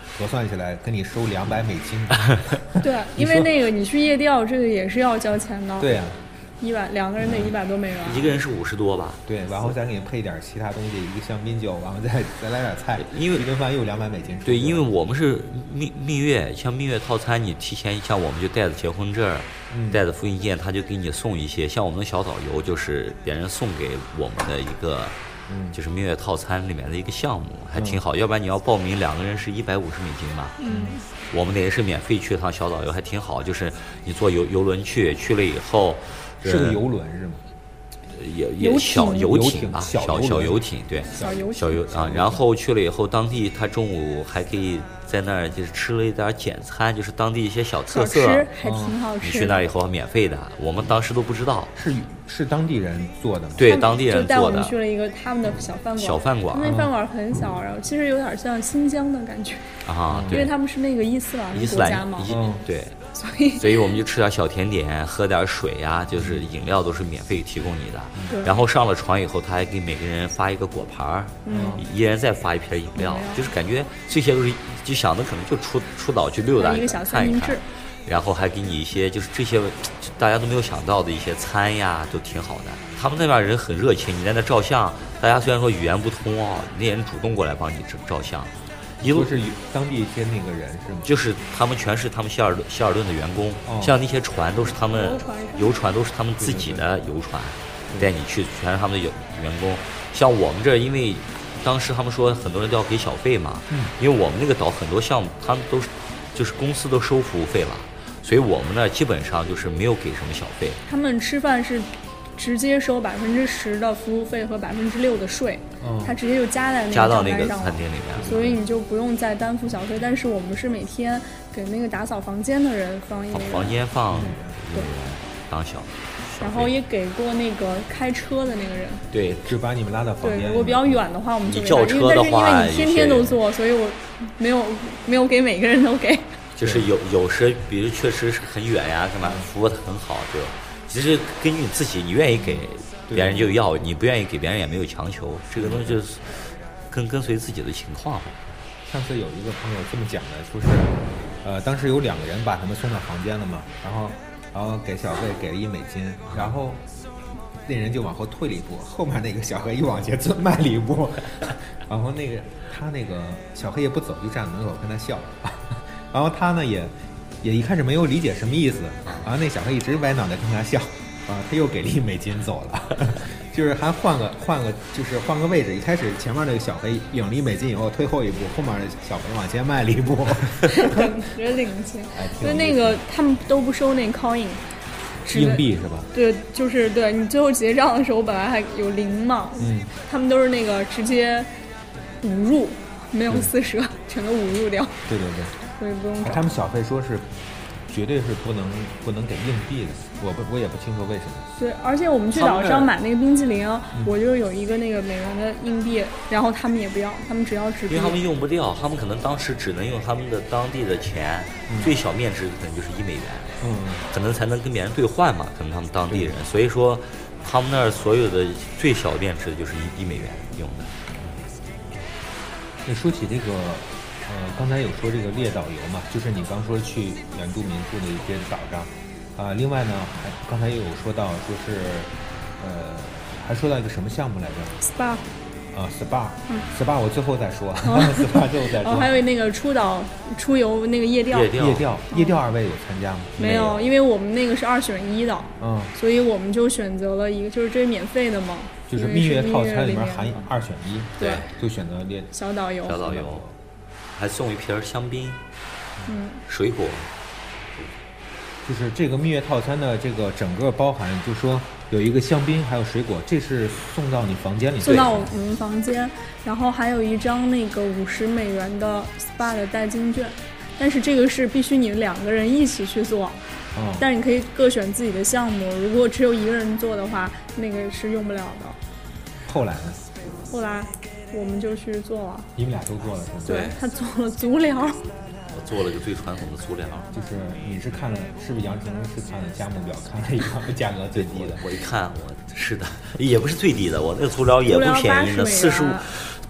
核算起来跟你收两百美金。 对，因为那个你去夜钓这个也是要交钱的。 对呀、啊。 一百两个人得一百多美元， 一个人是五十多吧？ 对，然后再给你配点其他东西，一个香槟酒，然后再再来点菜， 因为一顿饭又两百美金。 对，因为我们是蜜蜜月，像蜜月套餐，你提前像我们就带着结婚证，嗯、带着复印件，他就给你送一些。像我们的小导游就是别人送给我们的一个，嗯，就是蜜月套餐里面的一个项目，还挺好。嗯、要不然你要报名两个人是一百五十美金吧？嗯，我们得是免费去趟小导游，还挺好。就是你坐游游轮去，去了以后。 是个游轮是吗？ 也也小游艇啊， 小小游艇，对， 小游小游啊。然后去了以后，当地他中午还可以在那儿就是吃了一点简餐，就是当地一些小特色， 还挺好吃。 你去那儿以后免费的，我们当时都不知道。 是是当地人做的吗？ 对，当地人做的。 就带我们去了一个他们的小饭馆， 小饭馆， 那饭馆很小，然后其实有点像新疆的感觉啊， 因为他们是那个伊斯兰国家嘛， 嗯，对。 所以， 所以我们就吃点小甜点，喝点水呀、啊，就是饮料都是免费提供你的。 嗯、 然后上了船以后，他还给每个人发一个果盘，嗯，一人再发一瓶饮料，嗯、就是感觉这些都是就想的可能就出出岛去溜达一个小看一看，然后还给你一些就是这些大家都没有想到的一些餐呀，都挺好的。他们那边人很热情，你在那照相，大家虽然说语言不通啊，那些人主动过来帮你照相。 一路是当地一些那个人是吗？ 就是他们全是他们希尔顿希尔顿的员工，哦、像那些船都是他们游船都是他们自己的游船，带你去全是他们的员工。像我们这儿，因为当时他们说很多人都要给小费嘛，嗯、因为我们那个岛很多项目他们都是就是公司都收服务费了，所以我们呢基本上就是没有给什么小费。 他们吃饭是直接收百分之十的服务费和百分之六的税，嗯，它直接就加在那个加到那个餐厅里面， 所以你就不用再担负小费。但是我们是每天给那个打扫房间的人放一美元， 房间放一美元当小， 然后也给过那个开车的那个人， 对， 就把你们拉到房间。 对，如果比较远的话，我们就你叫车的话， 但是因为你天天都坐，所以我没有没有给每个人都给。 就是有有时，比如确实是很远呀，干嘛服务的很好，就。其实根据你自己，你愿意给别人就要，你不愿意给别人也没有强求，这个东西就是跟跟随自己的情况。 上次有一个朋友这么讲的，说是，呃，当时有两个人把他们送到房间了嘛，然后然后给小费给了一美金，然后那人就往后退了一步，后面那个小黑又往前迈了一步，然后那个他那个小黑也不走，就站在门口跟他笑，然后他呢也。也一开始没有理解什么意思，然后那小黑一直歪脑袋跟他笑，啊，他又给了一美金走了，就是还换个换个就是换个位置，一开始前面那个小黑领了一美金以后退后一步，后面的小黑往前迈了一步， 等着领钱。因为那个他们都不收那 coin， 硬币是吧？ 对，就是对你最后结账的时候本来还有零嘛，嗯，他们都是那个直接五入，没有四舍，全都五入掉。 对对对。 所以不用找。 他们小费说是绝对是不能不能给硬币的，我不我也不清楚为什么。 对，而且我们去岛上买那个冰淇淋，我就有一个那个美元的硬币，然后他们也不要，他们只要纸币。 因为他们用不掉，他们可能当时只能用他们的当地的钱，嗯、最小面值可能就是一美元，嗯，可能才能跟别人兑换嘛，可能他们当地人，所以说他们那儿所有的最小面值就是一一美元用的。 那说起这个。呃，刚才有说这个猎导游嘛，就是你刚说去原住民住的一些岛上，啊、呃，另外呢，还刚才也有说到，说是，呃，还说到一个什么项目来着 ？S P A。 啊 ，S P A，嗯 ，S P A 我最后再说 ，S P A 最后再说。 哦，还有那个出岛出游那个夜钓。 夜钓， 夜钓，夜钓，二位有参加吗？ 没有，因为我们那个是二选一的，嗯，所以我们就选择了一个，就是这是免费的嘛， 就是蜜月套餐里面含二选一， 对， 就选择猎小导游， 小导游。还送一瓶香槟，嗯，水果， 就是这个蜜月套餐的这个整个包含，就是说有一个香槟，还有水果，这是送到你房间里， 送到我们房间，然后还有一张那个五十美元的 S P A 的代金券，但是这个是必须你两个人一起去做，嗯，但是你可以各选自己的项目，如果只有一个人做的话，那个是用不了的。 后来呢？ 后来。我们就去做了， 你们俩都做了是吗？ 对，他做了足疗， 我做了个最传统的足疗， 就是你是看了，是不是杨成是看了价目表，看了一个价格最低的？ 我一看，我是的，也不是最低的，我那个足疗也不便宜的，四十五。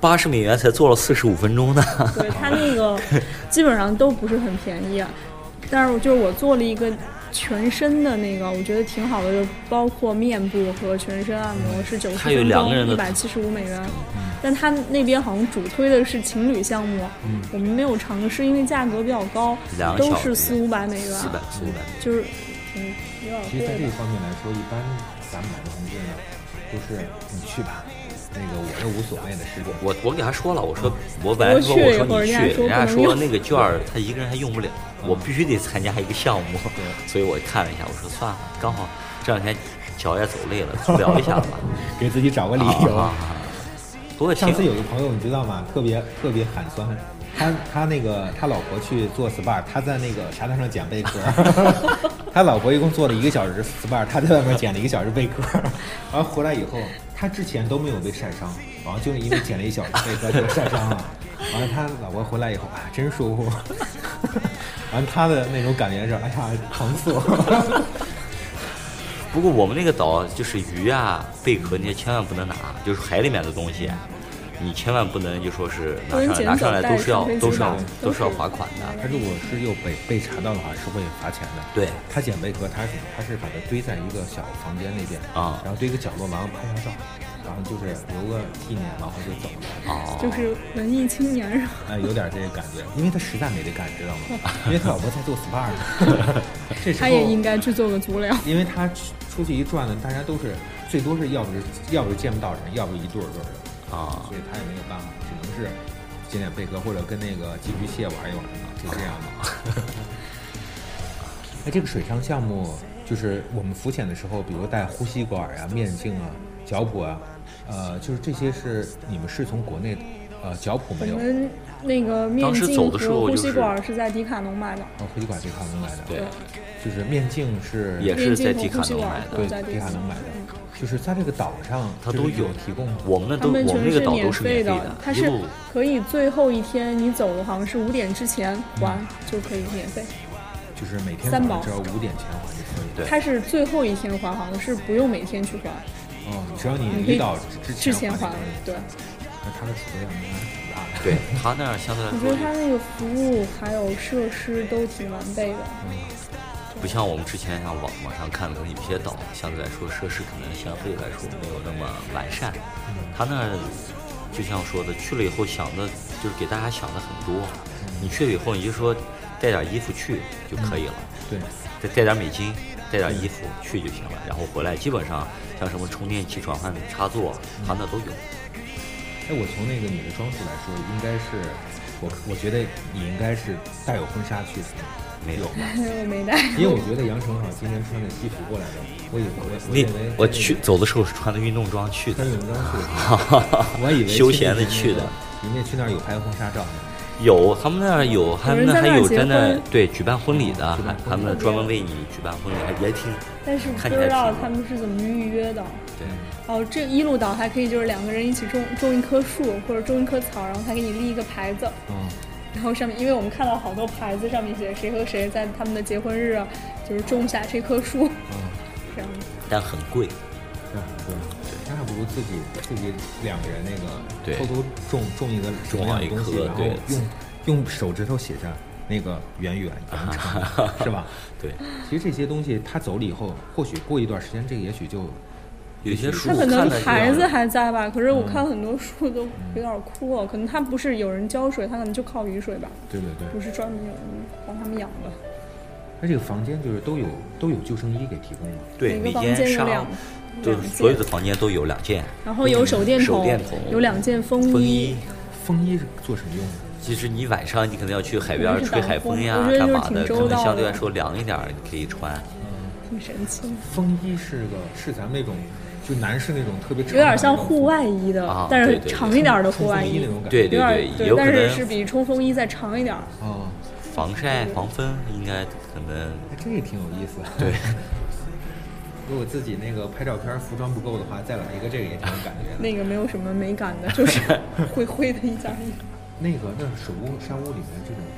八十美元才坐了四十五分钟呢。 对，它那个基本上都不是很便宜啊。但是就是我做了一个全身的那个，我觉得挺好的，就包括面部和全身按摩是九十分钟，一百七十五美元。但他那边好像主推的是情侣项目，嗯、我们没有尝试，因为价格比较高，都是四五百美元， 四百四五百， 就是挺有点贵的。 其实在这方面来说，一般咱们买的东西呢，都是你去吧。那个我是无所谓的事情。 我我给他说了，我说我本来说我说你去，人家说那个券他一个人还用不了，嗯、我必须得参加一个项目，所以我看了一下，我说算了，刚好这两天脚也走累了，聊一下吧， 给自己找个理由。 啊啊、不过上次有一个朋友你知道吗？特别特别寒酸。他他那个他老婆去做 S P A， 他在那个沙滩上捡贝壳。他老婆一共做了一个小时 S P A， 他在外面捡了一个小时贝壳。然后回来以后，他之前都没有被晒伤，然后就因为捡了一小时贝壳就晒伤了。完了他老婆回来以后啊，真舒服。完了他的那种感觉是，哎呀，疼死我了。 不过我们那个岛就是鱼啊、贝壳那些千万不能拿，就是海里面的东西。你千万不能就说是拿上来拿上来都是要都是要都是要罚款的。 他如果是又被被查到的话，是会罚钱的。 对， 他捡贝壳，他是他是把它堆在一个小房间那边啊， 然后堆一个角落，然后拍下照，然后就是留个纪念，然后就走了。 哦， 就是文艺青年是吧？ 哎，有点这个感觉，因为他实在没得干，知道吗？因为他老婆在做 S P A 呢。这时候他也应该去做个足疗， 因为他出去一转呢，大家都是最多是要不是要不是见不到人，要不是一对儿对儿的。啊，所以他也没有办法，只能是捡点贝壳或者跟那个寄居蟹玩一玩嘛，就这样的。那这个水上项目就是我们浮潜的时候，比如带呼吸管呀、面镜啊、脚蹼啊，呃，就是这些是你们是从国内呃脚蹼没有？ 我们那个面镜和呼吸管是在迪卡侬买的。 哦，呼吸管迪卡侬买的。 对， 就是面镜是也是在迪卡侬买的， 对，迪卡侬买的。就是在这个岛上， 它都有提供。 我们那都，我们那个岛都是免费的。 它是可以最后一天你走的，好像是五点之前还就可以免费。 就是每天三保只要五点前还就可以。 对， 它是最后一天还，好像是不用每天去还。 哦，只要你离岛之前还。 对。 那它的储备量应该挺大的。 对，它那儿相对来说， 我觉得它那个服务还有设施都挺完备的。 嗯。不像我们之前像网网上看的，有些岛相对来说设施可能相对来说没有那么完善。嗯、他那就像说的，去了以后想的就是给大家想的很多。嗯、你去了以后，你就说带点衣服去就可以了。 嗯、对， 再带点美金，带点衣服去就行了。然后回来基本上像什么充电器、转换插座，他那都有。 哎，我从那个你的装束来说，应该是我我觉得你应该是带有婚纱去的。 没有， 我没带。 因为我觉得杨成好今天穿的西服过来的，我以为我以为我去走的时候是穿的运动装去的， 穿运动装去的，我以为休闲的去的。 你们也去那儿有拍婚纱照？ 有，他们那儿有，他们那还有在那对举办婚礼的，他们专门为你举办婚礼，也挺。 但是不知道他们是怎么预约的。 对。 哦，这一路岛还可以，就是两个人一起种种一棵树或者种一棵草，然后他给你立一个牌子。嗯。然后上面，因为我们看到好多牌子，上面写谁和谁在他们的结婚日啊，就是种下这棵树，嗯，这样。 但很贵， 对对，那还不如自己自己两个人那个对偷偷种种一个种好一棵， 然后用用手指头写着那个圆圆杨成，是吧？ 对， 其实这些东西他走了以后，或许过一段时间，这个也许就。 有些树它可能牌子还在吧，可是我看很多树都有点枯了，嗯、可能它不是有人浇水，它可能就靠雨水吧。 对对对， 不是专门有人帮他们养的。 它这个房间就是都有都有救生衣给提供吗？ 对， 每个房间有两， 对，所有的房间都有两件。 然后有手电筒， 手电筒有两件风衣。 风衣， 风衣是做什么用的？ 其实你晚上你可能要去海边吹海风呀，干嘛的，可能相对来说凉一点，你可以穿。 嗯，挺神奇。 风衣是个是咱们那种。就男士那种特别长有点像护外衣的， 啊、 但是长一点的护外衣， 对对对， 对，但是是比冲锋衣再长一点。 哦， 防晒防风应该可能， 这也挺有意思。 对， 如果自己那个拍照片服装不够的话，再来一个这个也挺有感觉的。 那个没有什么美感的，就是灰灰的一件衣服。 那个那水屋山屋里面这种呃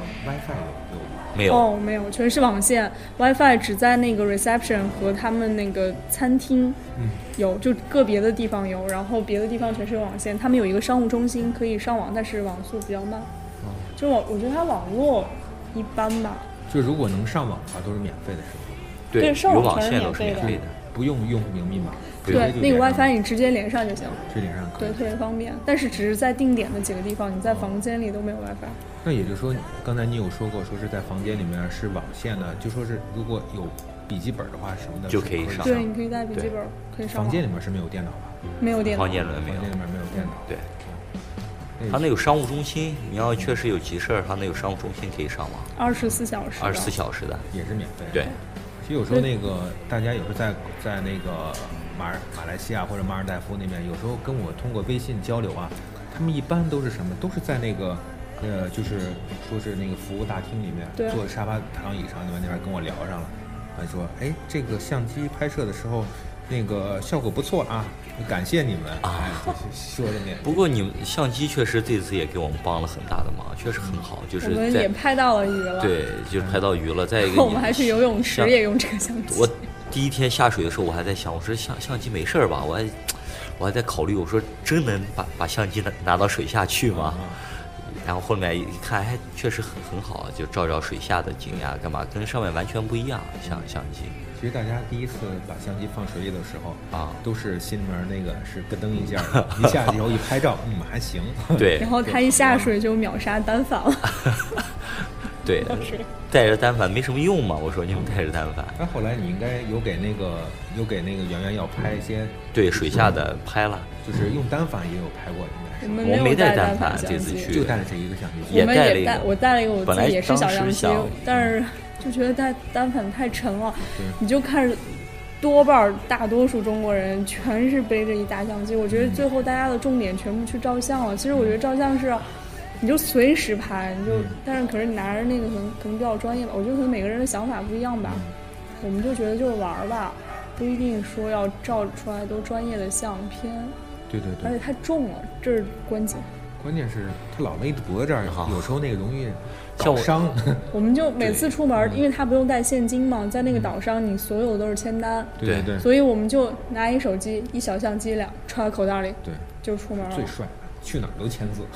WiFi 有有吗？ 没有哦，没有，全是网线 ，WiFi 只在那个 reception 和他们那个餐厅有，就个别的地方有，然后别的地方全是网线。他们有一个商务中心可以上网，但是网速比较慢。哦，就网，我觉得它网络一般吧。 就如果能上网的话，都是免费的，是吗？ 对， 对，上网有网线都是免费的， 不用用户名密码。 对，那个 WiFi 你直接连上就行， 直接连上可以。 对，特别方便。但是只是在定点的几个地方，你在房间里都没有 WiFi。 那也就是说，刚才你有说过，说是在房间里面是网线的，就说是如果有笔记本的话什么的就可以上。 对，你可以带笔记本，可以上。 房间里面是没有电脑吧？ 没有电脑。 房间里面没有， 房间里面没有电脑。 对。他那有商务中心，你要确实有急事儿，他那有商务中心可以上网， 二十四小时， 二十四小时的也是免费。 对， 其实有时候那个大家有时候在在那个马尔马来西亚或者马尔代夫那边，有时候跟我通过微信交流啊，他们一般都是什么？都是在那个呃，就是说是那个服务大厅里面坐沙发躺椅上，那边那边跟我聊上了，他说：“哎，这个相机拍摄的时候。”那个效果不错啊，感谢你们啊！说的那。 不过你们相机确实这次也给我们帮了很大的忙，确实很好，就是我们也拍到了鱼了。 对，就是拍到鱼了。再一个， 我们还去游泳池也用这个相机。 我第一天下水的时候，我还在想，我说相相机没事吧？我还我还在考虑，我说真能把把相机拿拿到水下去吗？然后后面一看，还确实很很好，就照照水下的景呀，干嘛跟上面完全不一样，相相机。 其实大家第一次把相机放水里的时候啊，都是心里面那个是咯噔一下，一下以后一拍照，嗯，还行。 对。 然后他一下水就秒杀单反了。 对，带着单反没什么用嘛。我说你们带着单反。 那后来你应该有给那个有给那个圆圆要拍一些对水下的拍了， 就是用单反也有拍过，应该是。 我们没带单反，这次去就带了这一个相机， 也带了一个。我带了一个我自己也是小相机，但是。就觉得带单反太沉了，你就看着多半大多数中国人全是背着一大相机，我觉得最后大家的重点全部去照相了。其实我觉得照相是，你就随时拍，你就，但是可是你拿着那个可能可能比较专业吧，我觉得可能每个人的想法不一样吧。我们就觉得就是玩吧，不一定说要照出来都专业的相片。 对对对。 而且太重了，这是关键。 关键是它老勒脖子这儿，有时候那个容易。 像伤， 我们就每次出门，因为他不用带现金嘛，在那个岛上你所有都是签单， 对对对， 所以我们就拿一手机，一小相机俩揣在口袋里， 对， 就出门了。 最帅，去哪儿都签字。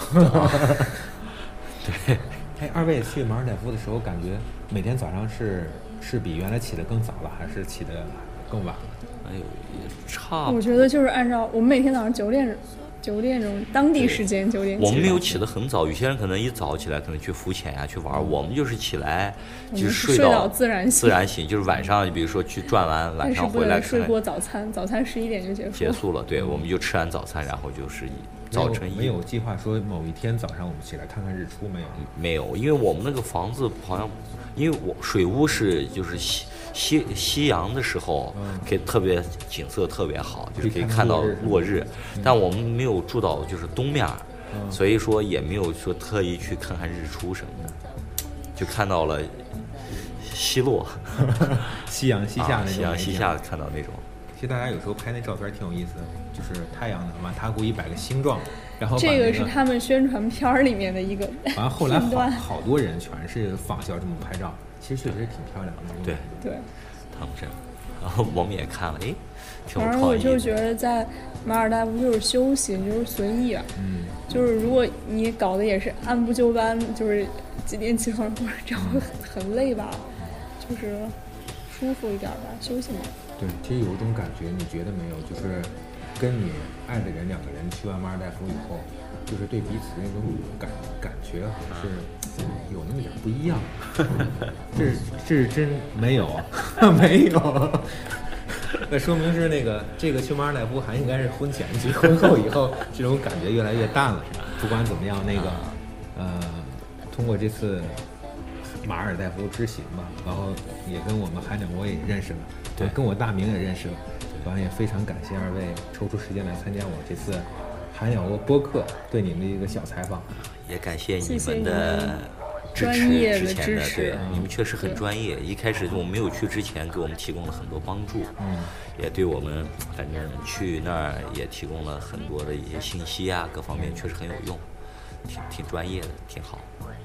对， 哎，二位去马尔代夫的时候，感觉每天早上是是比原来起得更早了，还是起得更晚了？ 哎呦，也差。 我觉得就是按照我们每天早上九点。九点钟当地时间九点， 我们没有起得很早，有些人可能一早起来可能去浮潜呀、去玩，我们就是起来就是睡到自然醒， 自然醒，就是晚上比如说去转完，晚上回来睡过早餐，早餐十一点就结束结束了，对，我们就吃完早餐，然后就是早晨没有计划说某一天早上我们起来看看日出没有？ 没有，因为我们那个房子好像，因为我水屋是就是西西夕阳的时候，可以特别景色特别好，就是可以看到落日，但我们没有住到就是东面，所以说也没有说特意去看看日出什么的，就看到了西落， 夕阳西下那种， 夕阳西下看到那种。 其实大家有时候拍那照片挺有意思的，就是太阳的完他给我一百个星状，然后、 那个、这个是他们宣传片里面的一个。 完了后来好好多人全是仿效这么拍照，其实确实挺漂亮的。 对对， 他们这，然后我们也看了，哎，挺有创意的。 反正我就觉得在马尔代夫就是休息，就是随意啊。嗯。就是如果你搞得也是按部就班，就是几点起床或者这样会很累吧，就是舒服一点吧，休息嘛。 对，其实有一种感觉，你觉得没有？就是跟你爱的人两个人去完马尔代夫以后，就是对彼此那种感感觉好像是有那么点不一样。这是这是真没有，没有。那说明是那个这个去马尔代夫还应该是婚前去，婚后以后这种感觉越来越淡了。不管怎么样，那个呃，通过这次马尔代夫之行吧，然后也跟我们海鸟窝也认识了。对，跟我大明也认识了，完了也非常感谢二位抽出时间来参加我这次海鸟窝播客对你们的一个小采访， 也感谢你们的支持，之前的对，你们确实很专业。一开始我们没有去之前，给我们提供了很多帮助，嗯，也对我们反正去那儿也提供了很多的一些信息啊，各方面确实很有用，挺挺专业的，挺好。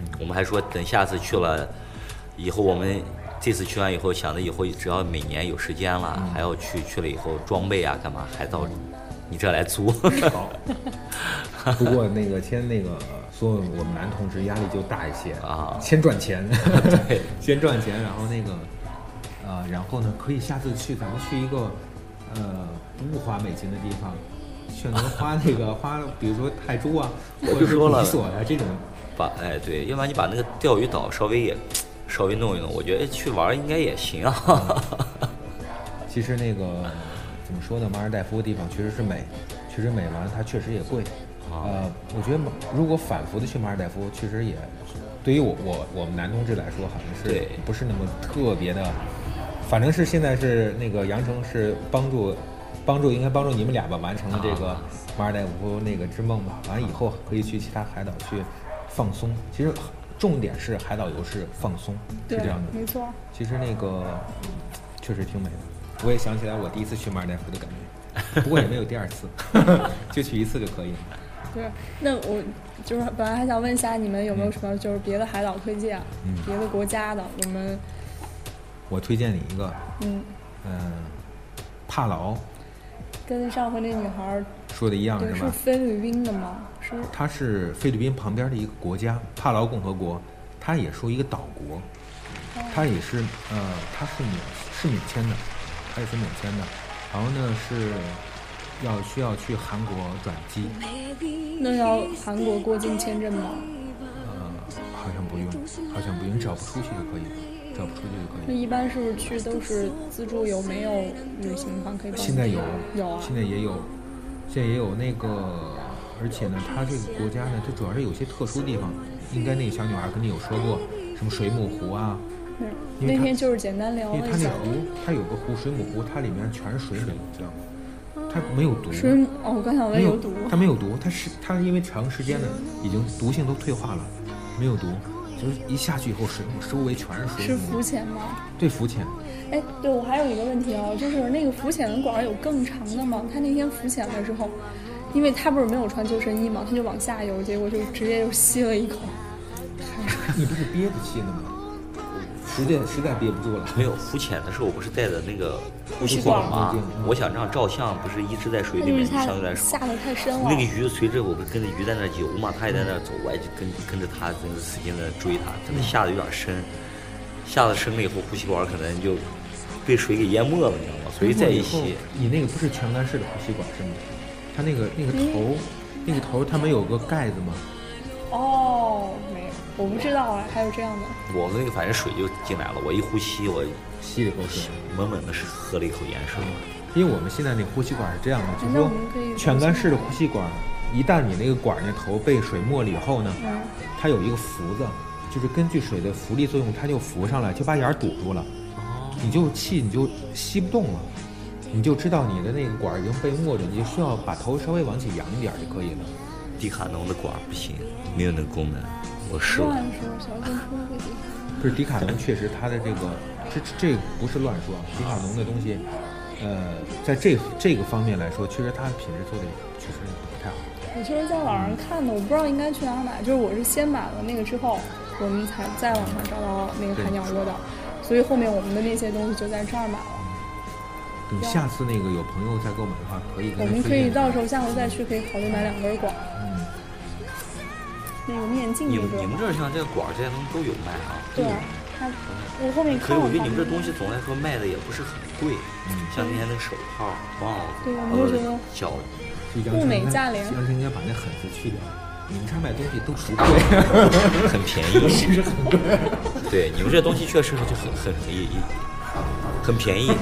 我们还说等下次去了以后，我们这次去完以后想着以后只要每年有时间了，嗯、还要去去了以后装备啊干嘛，还到你这来租。 好。不过那个先那个说我们男同志压力就大一些啊，先赚钱，对，先赚钱，然后那个呃，然后呢可以下次去咱们去一个呃不花美金的地方。选择花那个花，比如说泰铢啊，或者是比索呀这种， 把哎对，要不然你把那个钓鱼岛稍微也稍微弄一弄，我觉得去玩应该也行啊。 嗯、其实那个怎么说呢，马尔代夫的地方确实是美，确实美完了它确实也贵。啊、呃，我觉得如果反复的去马尔代夫，确实也对于我我我们男同志来说，好像是不是那么特别的，反正是现在是那个杨成是帮助。帮助应该帮助你们俩吧，完成了这个马尔代夫那个之梦吧。完了以后可以去其他海岛去放松。其实重点是海岛游是放松，是这样的。 没错。 其实那个确实挺美的。我也想起来我第一次去马尔代夫的感觉，不过也没有第二次，就去一次就可以了。 对，那我就是本来还想问一下你们有没有什么就是别的海岛推荐，嗯、别的国家的，我们。 我推荐你一个，嗯嗯、呃，帕劳。 跟上回那女孩说的一样是吧？ 是菲律宾的吗？是。 它是菲律宾旁边的一个国家，帕劳共和国，它也属于一个岛国，它也是呃，它是免是免签的，它也是免签的。然后呢是要需要去韩国转机。 那要韩国过境签证吗？ 呃，好像不用，好像不用，你只要不出去就可以。找不出去就可以。 那一般是不是去都是自助？有没有旅行团可以帮？ 现在有， 有啊， 现在也有，现在也有那个，而且呢，它这个国家呢，它主要是有些特殊地方。应该那个小女孩跟你有说过，什么水母湖啊？ 嗯，那天就是简单聊了一下。 因为它那湖，它有个湖，水母湖，它里面全是水母，知道吗？它没有毒。 水母哦，我刚想问有毒。 它没有毒，它是它因为长时间的已经毒性都退化了，没有毒。就是一下去以后，水母周围全是水母。 是浮潜吗？ 对，浮潜。 哎，对，我还有一个问题哦，就是那个浮潜的管有更长的吗？他那天浮潜的时候，因为他不是没有穿救生衣嘛，他就往下游，结果就直接就吸了一口。 你不是憋着气的吗？实在实在憋不住了。 没有，浮潜的时候我不是带的那个呼吸管吗？我想这样照相，不是一直在水里面，相对来说下得太深了。 那个鱼随着我不跟着鱼在那游嘛，它也在那走，我也就跟跟着它，跟着使劲的追它。真的下的有点深，下的深了以后，呼吸管可能就被水给淹没了，你知道吗？所以在一起。 你那个不是全干式的呼吸管是吗？它那个那个头，那个头它没有个盖子吗？ 哦，没有，我不知道啊，还有这样的。 我们那个反正水就进来了，我一呼吸，我吸了一口水， 猛猛的是喝了一口盐水。 因为我们现在那呼吸管是这样的，就是说全干式的呼吸管，一旦你那个管那头被水没了以后呢，嗯、它有一个浮子，就是根据水的浮力作用，它就浮上来，就把眼堵住了，哦、你就气你就吸不动了，你就知道你的那个管已经被没着，你就需要把头稍微往起扬一点就可以了。 迪卡侬的管不行，没有那个功能，我试了。 不是迪卡侬，确实它的这个这这不是乱说，迪卡侬的东西，呃，在这这个方面来说，确实它的品质做的确实不太好。 我就是在网上看的，我不知道应该去哪买，就是我是先买了那个之后，我们才在网上找到那个海鸟窝的，所以后面我们的那些东西就在这儿买了。 等下次那个有朋友再购买的话，可以跟我们可以到时候下回再去，可以考虑买两根管。嗯。那个面镜。 你们你们这像这个管这些东西都有卖啊？ 对啊，它我后面看了。 可是我觉得你们这东西总来说卖的也不是很贵，嗯，像那些那个手套、帽子， 对，我就觉得脚， 物美价廉。 杨晨应该把那狠字去掉。你们这买东西都不贵， 很便宜， 其实很贵。 对，你们这东西确实就很很很一。很便宜。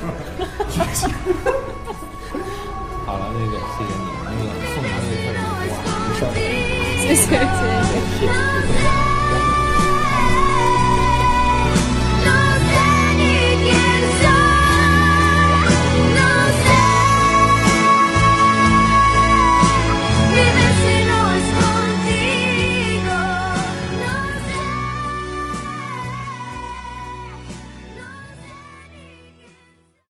好了，那个谢谢你，那个送拿那个特别哇，没事儿。 谢谢谢谢谢谢。